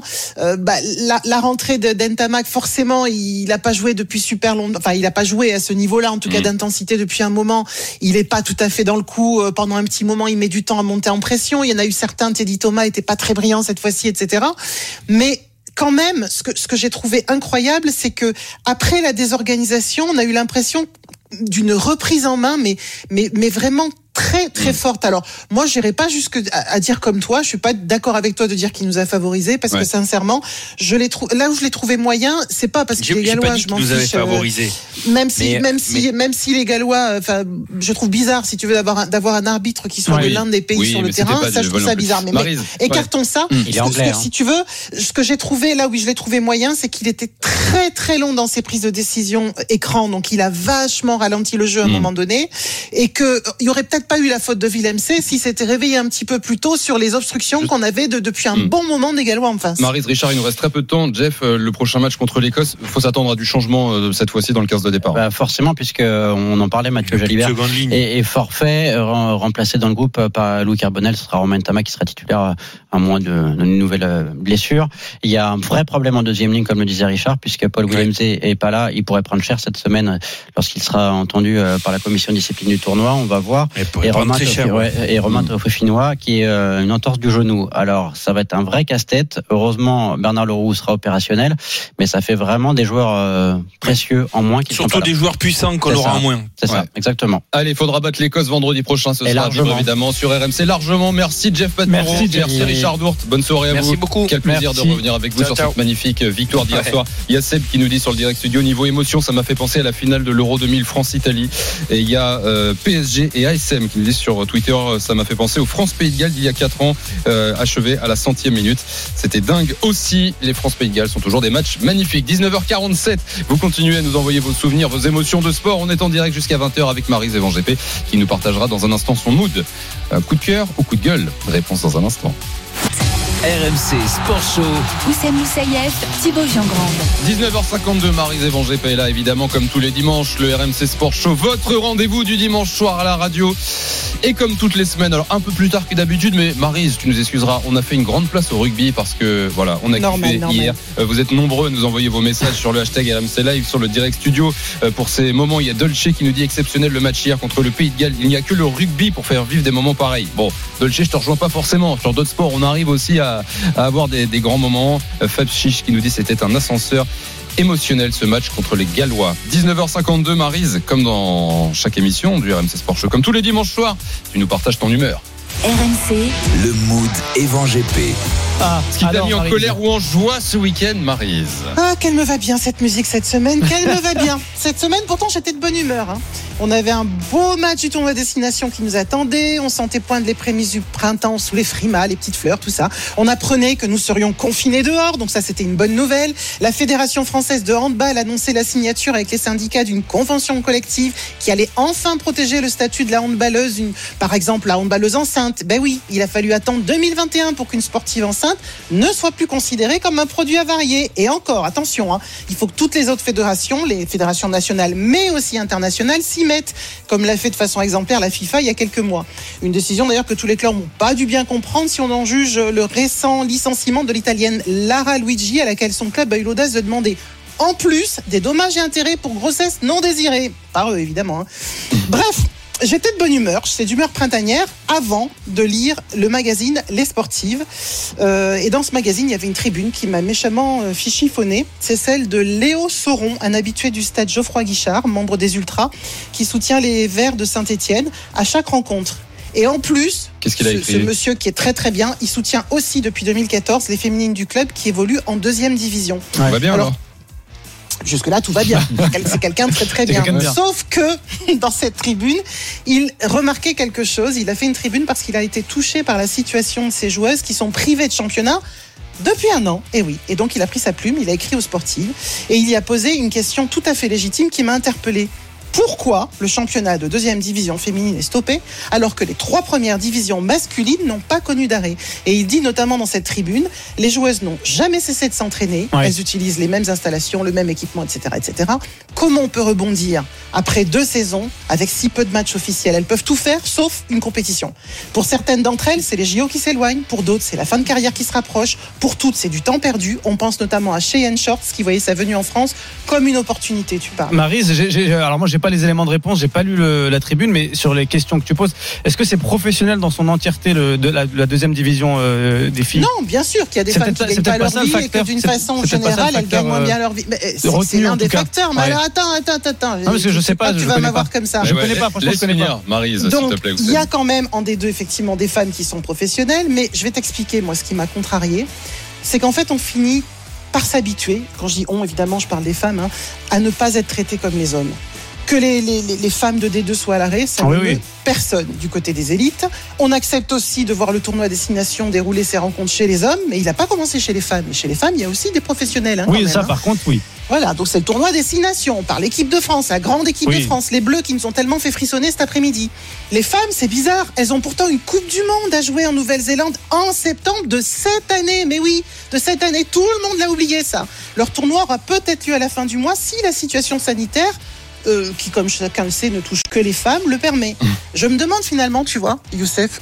La rentrée d'Ntamak, forcément il a pas joué depuis super longtemps. Enfin il a pas joué à ce niveau-là en tout cas d'intensité depuis un moment. Il est pas tout à fait dans le coup pendant un petit moment. Il met du temps à monter en pression. Il y en a eu certains, Teddy Thomas était pas très brillant cette fois-ci, etc. Mais quand même, ce que j'ai trouvé incroyable, c'est que après la désorganisation, on a eu l'impression d'une reprise en main, mais vraiment très très forte. Alors moi j'irai pas jusque à dire comme toi, je suis pas d'accord avec toi de dire qu'il nous a favorisé, parce que sincèrement je l'ai là où je l'ai trouvé moyen, c'est pas parce que les Gallois, je m'en fiche, favorisé. Même si les Gallois, enfin je trouve bizarre, si tu veux, d'avoir un arbitre qui soit de l'un des pays sur le terrain, ça je trouve ça bizarre, mais écartons ça. Il est anglais, si tu veux, ce que j'ai trouvé là où je l'ai trouvé moyen, c'est qu'il était très très long dans ses prises de décision écran, donc il a vachement ralenti le jeu à un moment donné, et que il y aurait peut-être pas eu la faute de Villemc si s'était réveillé un petit peu plus tôt sur les obstructions qu'on avait depuis un bon moment des Gallois en face. Maryse, Richard, il nous reste très peu de temps. Jeff, le prochain match contre l'Écosse, il faut s'attendre à du changement cette fois-ci dans le 15 de départ. Forcément, puisque on en parlait, Mathieu Jalibert est forfait, remplacé dans le groupe par Louis Carbonel. Ce sera Romain Ntamak qui sera titulaire à moins d'une nouvelle blessure. Il y a un vrai problème en deuxième ligne, comme le disait Richard, puisque Paul Willemse est pas là. Il pourrait prendre cher cette semaine lorsqu'il sera entendu par la commission de discipline du tournoi. On va voir. Et Romain Tofofinois qui est une entorse du genou. Alors ça va être un vrai casse-tête. Heureusement Bernard Leroux sera opérationnel, mais ça fait vraiment des joueurs précieux en moins, qui surtout des joueurs puissants qu'on aura en moins. C'est ça, exactement. Allez, il faudra battre l'Écosse vendredi prochain, ce sera évidemment sur RMC largement. Merci Jeff Paturo, merci Richard Dourte, bonne soirée à vous. Merci beaucoup. Quel plaisir de revenir avec vous sur cette magnifique victoire d'hier soir. Il y a Seb qui nous dit sur le direct studio, niveau émotion, ça m'a fait penser à la finale de l'Euro 2000 France-Italie, et il y a PSG et ASM qui nous disent sur Twitter, ça m'a fait penser au France-Pays de Galles d'il y a 4 ans, achevé à la 100e minute. C'était dingue aussi. Les France-Pays de Galles sont toujours des matchs magnifiques. 19h47, vous continuez à nous envoyer vos souvenirs, vos émotions de sport. On est en direct jusqu'à 20h avec Maryse Evan GP qui nous partagera dans un instant son mood. Coup de cœur ou coup de gueule? Réponse dans un instant. RMC Sport Show. Oussem Moussaïef, Thibaut Jean-Grande. 19h52, Maryse Evan GP est là, évidemment, comme tous les dimanches, le RMC Sport Show, votre rendez-vous du dimanche soir à la radio. Et comme toutes les semaines, alors un peu plus tard que d'habitude, mais Maryse, tu nous excuseras, on a fait une grande place au rugby parce que voilà, on a kiffé hier. Vous êtes nombreux à nous envoyer vos messages sur le hashtag RMC Live, sur le direct studio pour ces moments. Il y a Dolce qui nous dit exceptionnel le match hier contre le Pays de Galles. Il n'y a que le rugby pour faire vivre des moments pareils. Bon, Dolce, je te rejoins pas forcément. Sur d'autres sports, on arrive aussi à avoir des grands moments. Fab Chiche qui nous dit c'était un ascenseur émotionnel ce match contre les Gallois. 19h52, Maryse, comme dans chaque émission du RMC Sport Show, comme tous les dimanches soirs, tu nous partages ton humeur. RMC, le mood Evan GP. Ce qui t'a mis en colère ou en joie ce week-end, Maryse? Qu'elle me va bien cette musique cette semaine, qu'elle me va bien. Cette semaine, pourtant, j'étais de bonne humeur. On avait un beau match du tournoi destination qui nous attendait. On sentait poindre les prémices du printemps sous les frimas, les petites fleurs, tout ça. On apprenait que nous serions confinés dehors, donc ça, c'était une bonne nouvelle. La Fédération française de handball annonçait la signature avec les syndicats d'une convention collective qui allait enfin protéger le statut de la handballeuse, par exemple la handballeuse enceinte. Ben oui, il a fallu attendre 2021 pour qu'une sportive enceinte ne soit plus considérée comme un produit avarié. Et encore, attention, il faut que toutes les autres fédérations, les fédérations nationales mais aussi internationales, s'y mettent, comme l'a fait de façon exemplaire la FIFA il y a quelques mois. Une décision d'ailleurs que tous les clubs n'ont pas dû bien comprendre si on en juge le récent licenciement de l'italienne Lara Luigi, à laquelle son club a eu l'audace de demander En plus, des dommages et intérêts pour grossesse non désirée. Par eux, évidemment. Bref, j'étais de bonne humeur, j'étais d'humeur printanière avant de lire le magazine Les Sportives. Et dans ce magazine, il y avait une tribune qui m'a méchamment fichifonnée. C'est celle de Léo Sauron, un habitué du stade Geoffroy-Guichard, membre des Ultras, qui soutient les Verts de Saint-Étienne à chaque rencontre. Et en plus, qu'est-ce qu'il a écrit ? Ce monsieur qui est très très bien, il soutient aussi depuis 2014 les féminines du club qui évoluent en 2e division. Ouais. Va bien alors. Jusque-là, tout va bien. C'est quelqu'un de très très bien. Sauf que dans cette tribune, il remarquait quelque chose. Il a fait une tribune parce qu'il a été touché par la situation de ces joueuses qui sont privées de championnat depuis 1 an. Et oui. Et donc, il a pris sa plume, il a écrit aux Sportives et il y a posé une question tout à fait légitime qui m'a interpellée. Pourquoi le championnat de 2e division féminine est stoppé alors que les 3 premières divisions masculines n'ont pas connu d'arrêt ? Et il dit notamment dans cette tribune, les joueuses n'ont jamais cessé de s'entraîner, elles utilisent les mêmes installations, le même équipement, etc., etc. Comment on peut rebondir après 2 saisons avec si peu de matchs officiels ? Elles peuvent tout faire sauf une compétition. Pour certaines d'entre elles, c'est les JO qui s'éloignent, pour d'autres, c'est la fin de carrière qui se rapproche, pour toutes, c'est du temps perdu. On pense notamment à Cheyenne Shorts qui voyait sa venue en France comme une opportunité, tu parles. Maryse, alors moi j'ai pas les éléments de réponse, j'ai pas lu la tribune, mais sur les questions que tu poses, est-ce que c'est professionnel dans son entièreté de la 2e division des filles ? Non, bien sûr qu'il y a des femmes qui gagnent pas leur vie et que d'une façon générale elles gagnent moins bien leur vie. C'est l'un des facteurs. Mais alors attends. Non, parce que je sais pas, tu vas m'avoir comme ça. Je connais pas, franchement, je connais pas. Maryse, donc, s'il te plaît. Il y a quand même en D2 effectivement des femmes qui sont professionnelles, mais je vais t'expliquer moi ce qui m'a contrariée, c'est qu'en fait on finit par s'habituer, quand je dis on évidemment je parle des femmes, à ne pas être traitées comme les hommes. Que les femmes de D2 soient à l'arrêt, ça ne veut personne du côté des élites. On accepte aussi de voir le tournoi Destination dérouler ses rencontres chez les hommes, mais il n'a pas commencé chez les femmes. Et chez les femmes, il y a aussi des professionnels. Oui, ça par contre, oui. Voilà, donc c'est le tournoi Destination par l'équipe de France, la grande équipe de France, les Bleus qui nous ont tellement fait frissonner cet après-midi. Les femmes, c'est bizarre, elles ont pourtant une Coupe du Monde à jouer en Nouvelle-Zélande en septembre de cette année. Mais oui, de cette année, tout le monde l'a oublié ça. Leur tournoi aura peut-être lieu à la fin du mois si la situation sanitaire qui, comme chacun le sait, ne touche que les femmes, le permet. Je me demande finalement, tu vois, Youssef,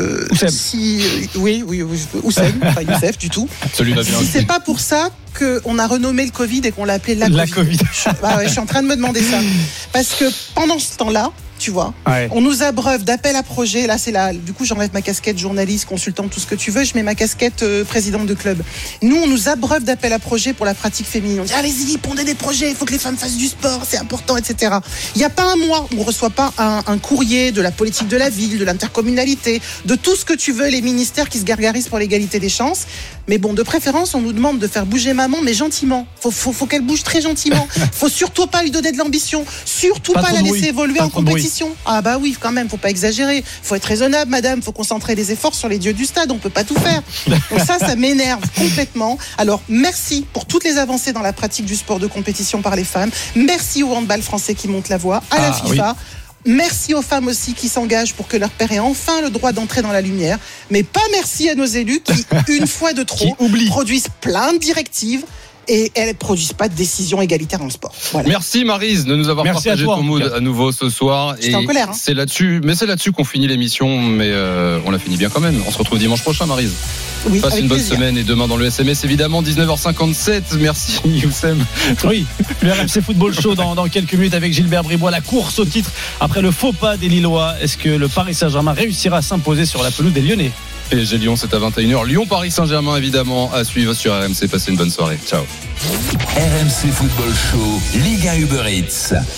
si... Oui, Oussem, pas Youssef du tout. Celui-là bien. Si c'est pas pour ça qu'on a renommé le Covid et qu'on l'a appelé la Covid. Je suis en train de me demander ça. Parce que pendant ce temps-là, tu vois, on nous abreuve d'appels à projets. Là, du coup, j'enlève ma casquette journaliste, consultante, tout ce que tu veux. Je mets ma casquette présidente de club. Nous, on nous abreuve d'appels à projets pour la pratique féminine. On dit, allez-y, pondez des projets. Il faut que les femmes fassent du sport. C'est important, etc. Il n'y a pas un mois où on ne reçoit pas un courrier de la politique de la ville, de l'intercommunalité, de tout ce que tu veux, les ministères qui se gargarisent pour l'égalité des chances. Mais bon, de préférence, on nous demande de faire bouger maman, mais gentiment. Faut qu'elle bouge très gentiment. Faut surtout pas lui donner de l'ambition. Surtout pas la laisser évoluer en compétition. Ah bah oui, quand même, faut pas exagérer. Faut être raisonnable, madame. Faut concentrer les efforts sur les dieux du stade. On peut pas tout faire. Donc ça m'énerve complètement. Alors, merci pour toutes les avancées dans la pratique du sport de compétition par les femmes. Merci au handball français qui monte la voie, à la FIFA. Merci aux femmes aussi qui s'engagent pour que leur père ait enfin le droit d'entrer dans la lumière. Mais pas merci à nos élus qui, une fois de trop, produisent plein de directives et elles ne produisent pas de décision égalitaire dans le sport. Voilà. Merci Maryse de nous avoir partagé ton mood à nouveau ce soir. J'étais en colère. C'est là-dessus qu'on finit l'émission, mais on la finit bien quand même. On se retrouve dimanche prochain, Maryse. Oui, passe une bonne semaine et demain dans le SMS évidemment 19h57. Merci Youssem. Oui, le RMC Football Show dans quelques minutes avec Gilbert Bribois, la course au titre après le faux pas des Lillois. Est-ce que le Paris Saint-Germain réussira à s'imposer sur la pelouse des Lyonnais? PSG Lyon, c'est à 21h. Lyon-Paris Saint-Germain évidemment à suivre sur RMC. Passez une bonne soirée. Ciao. RMC Football Show, Ligue 1 Uber Eats.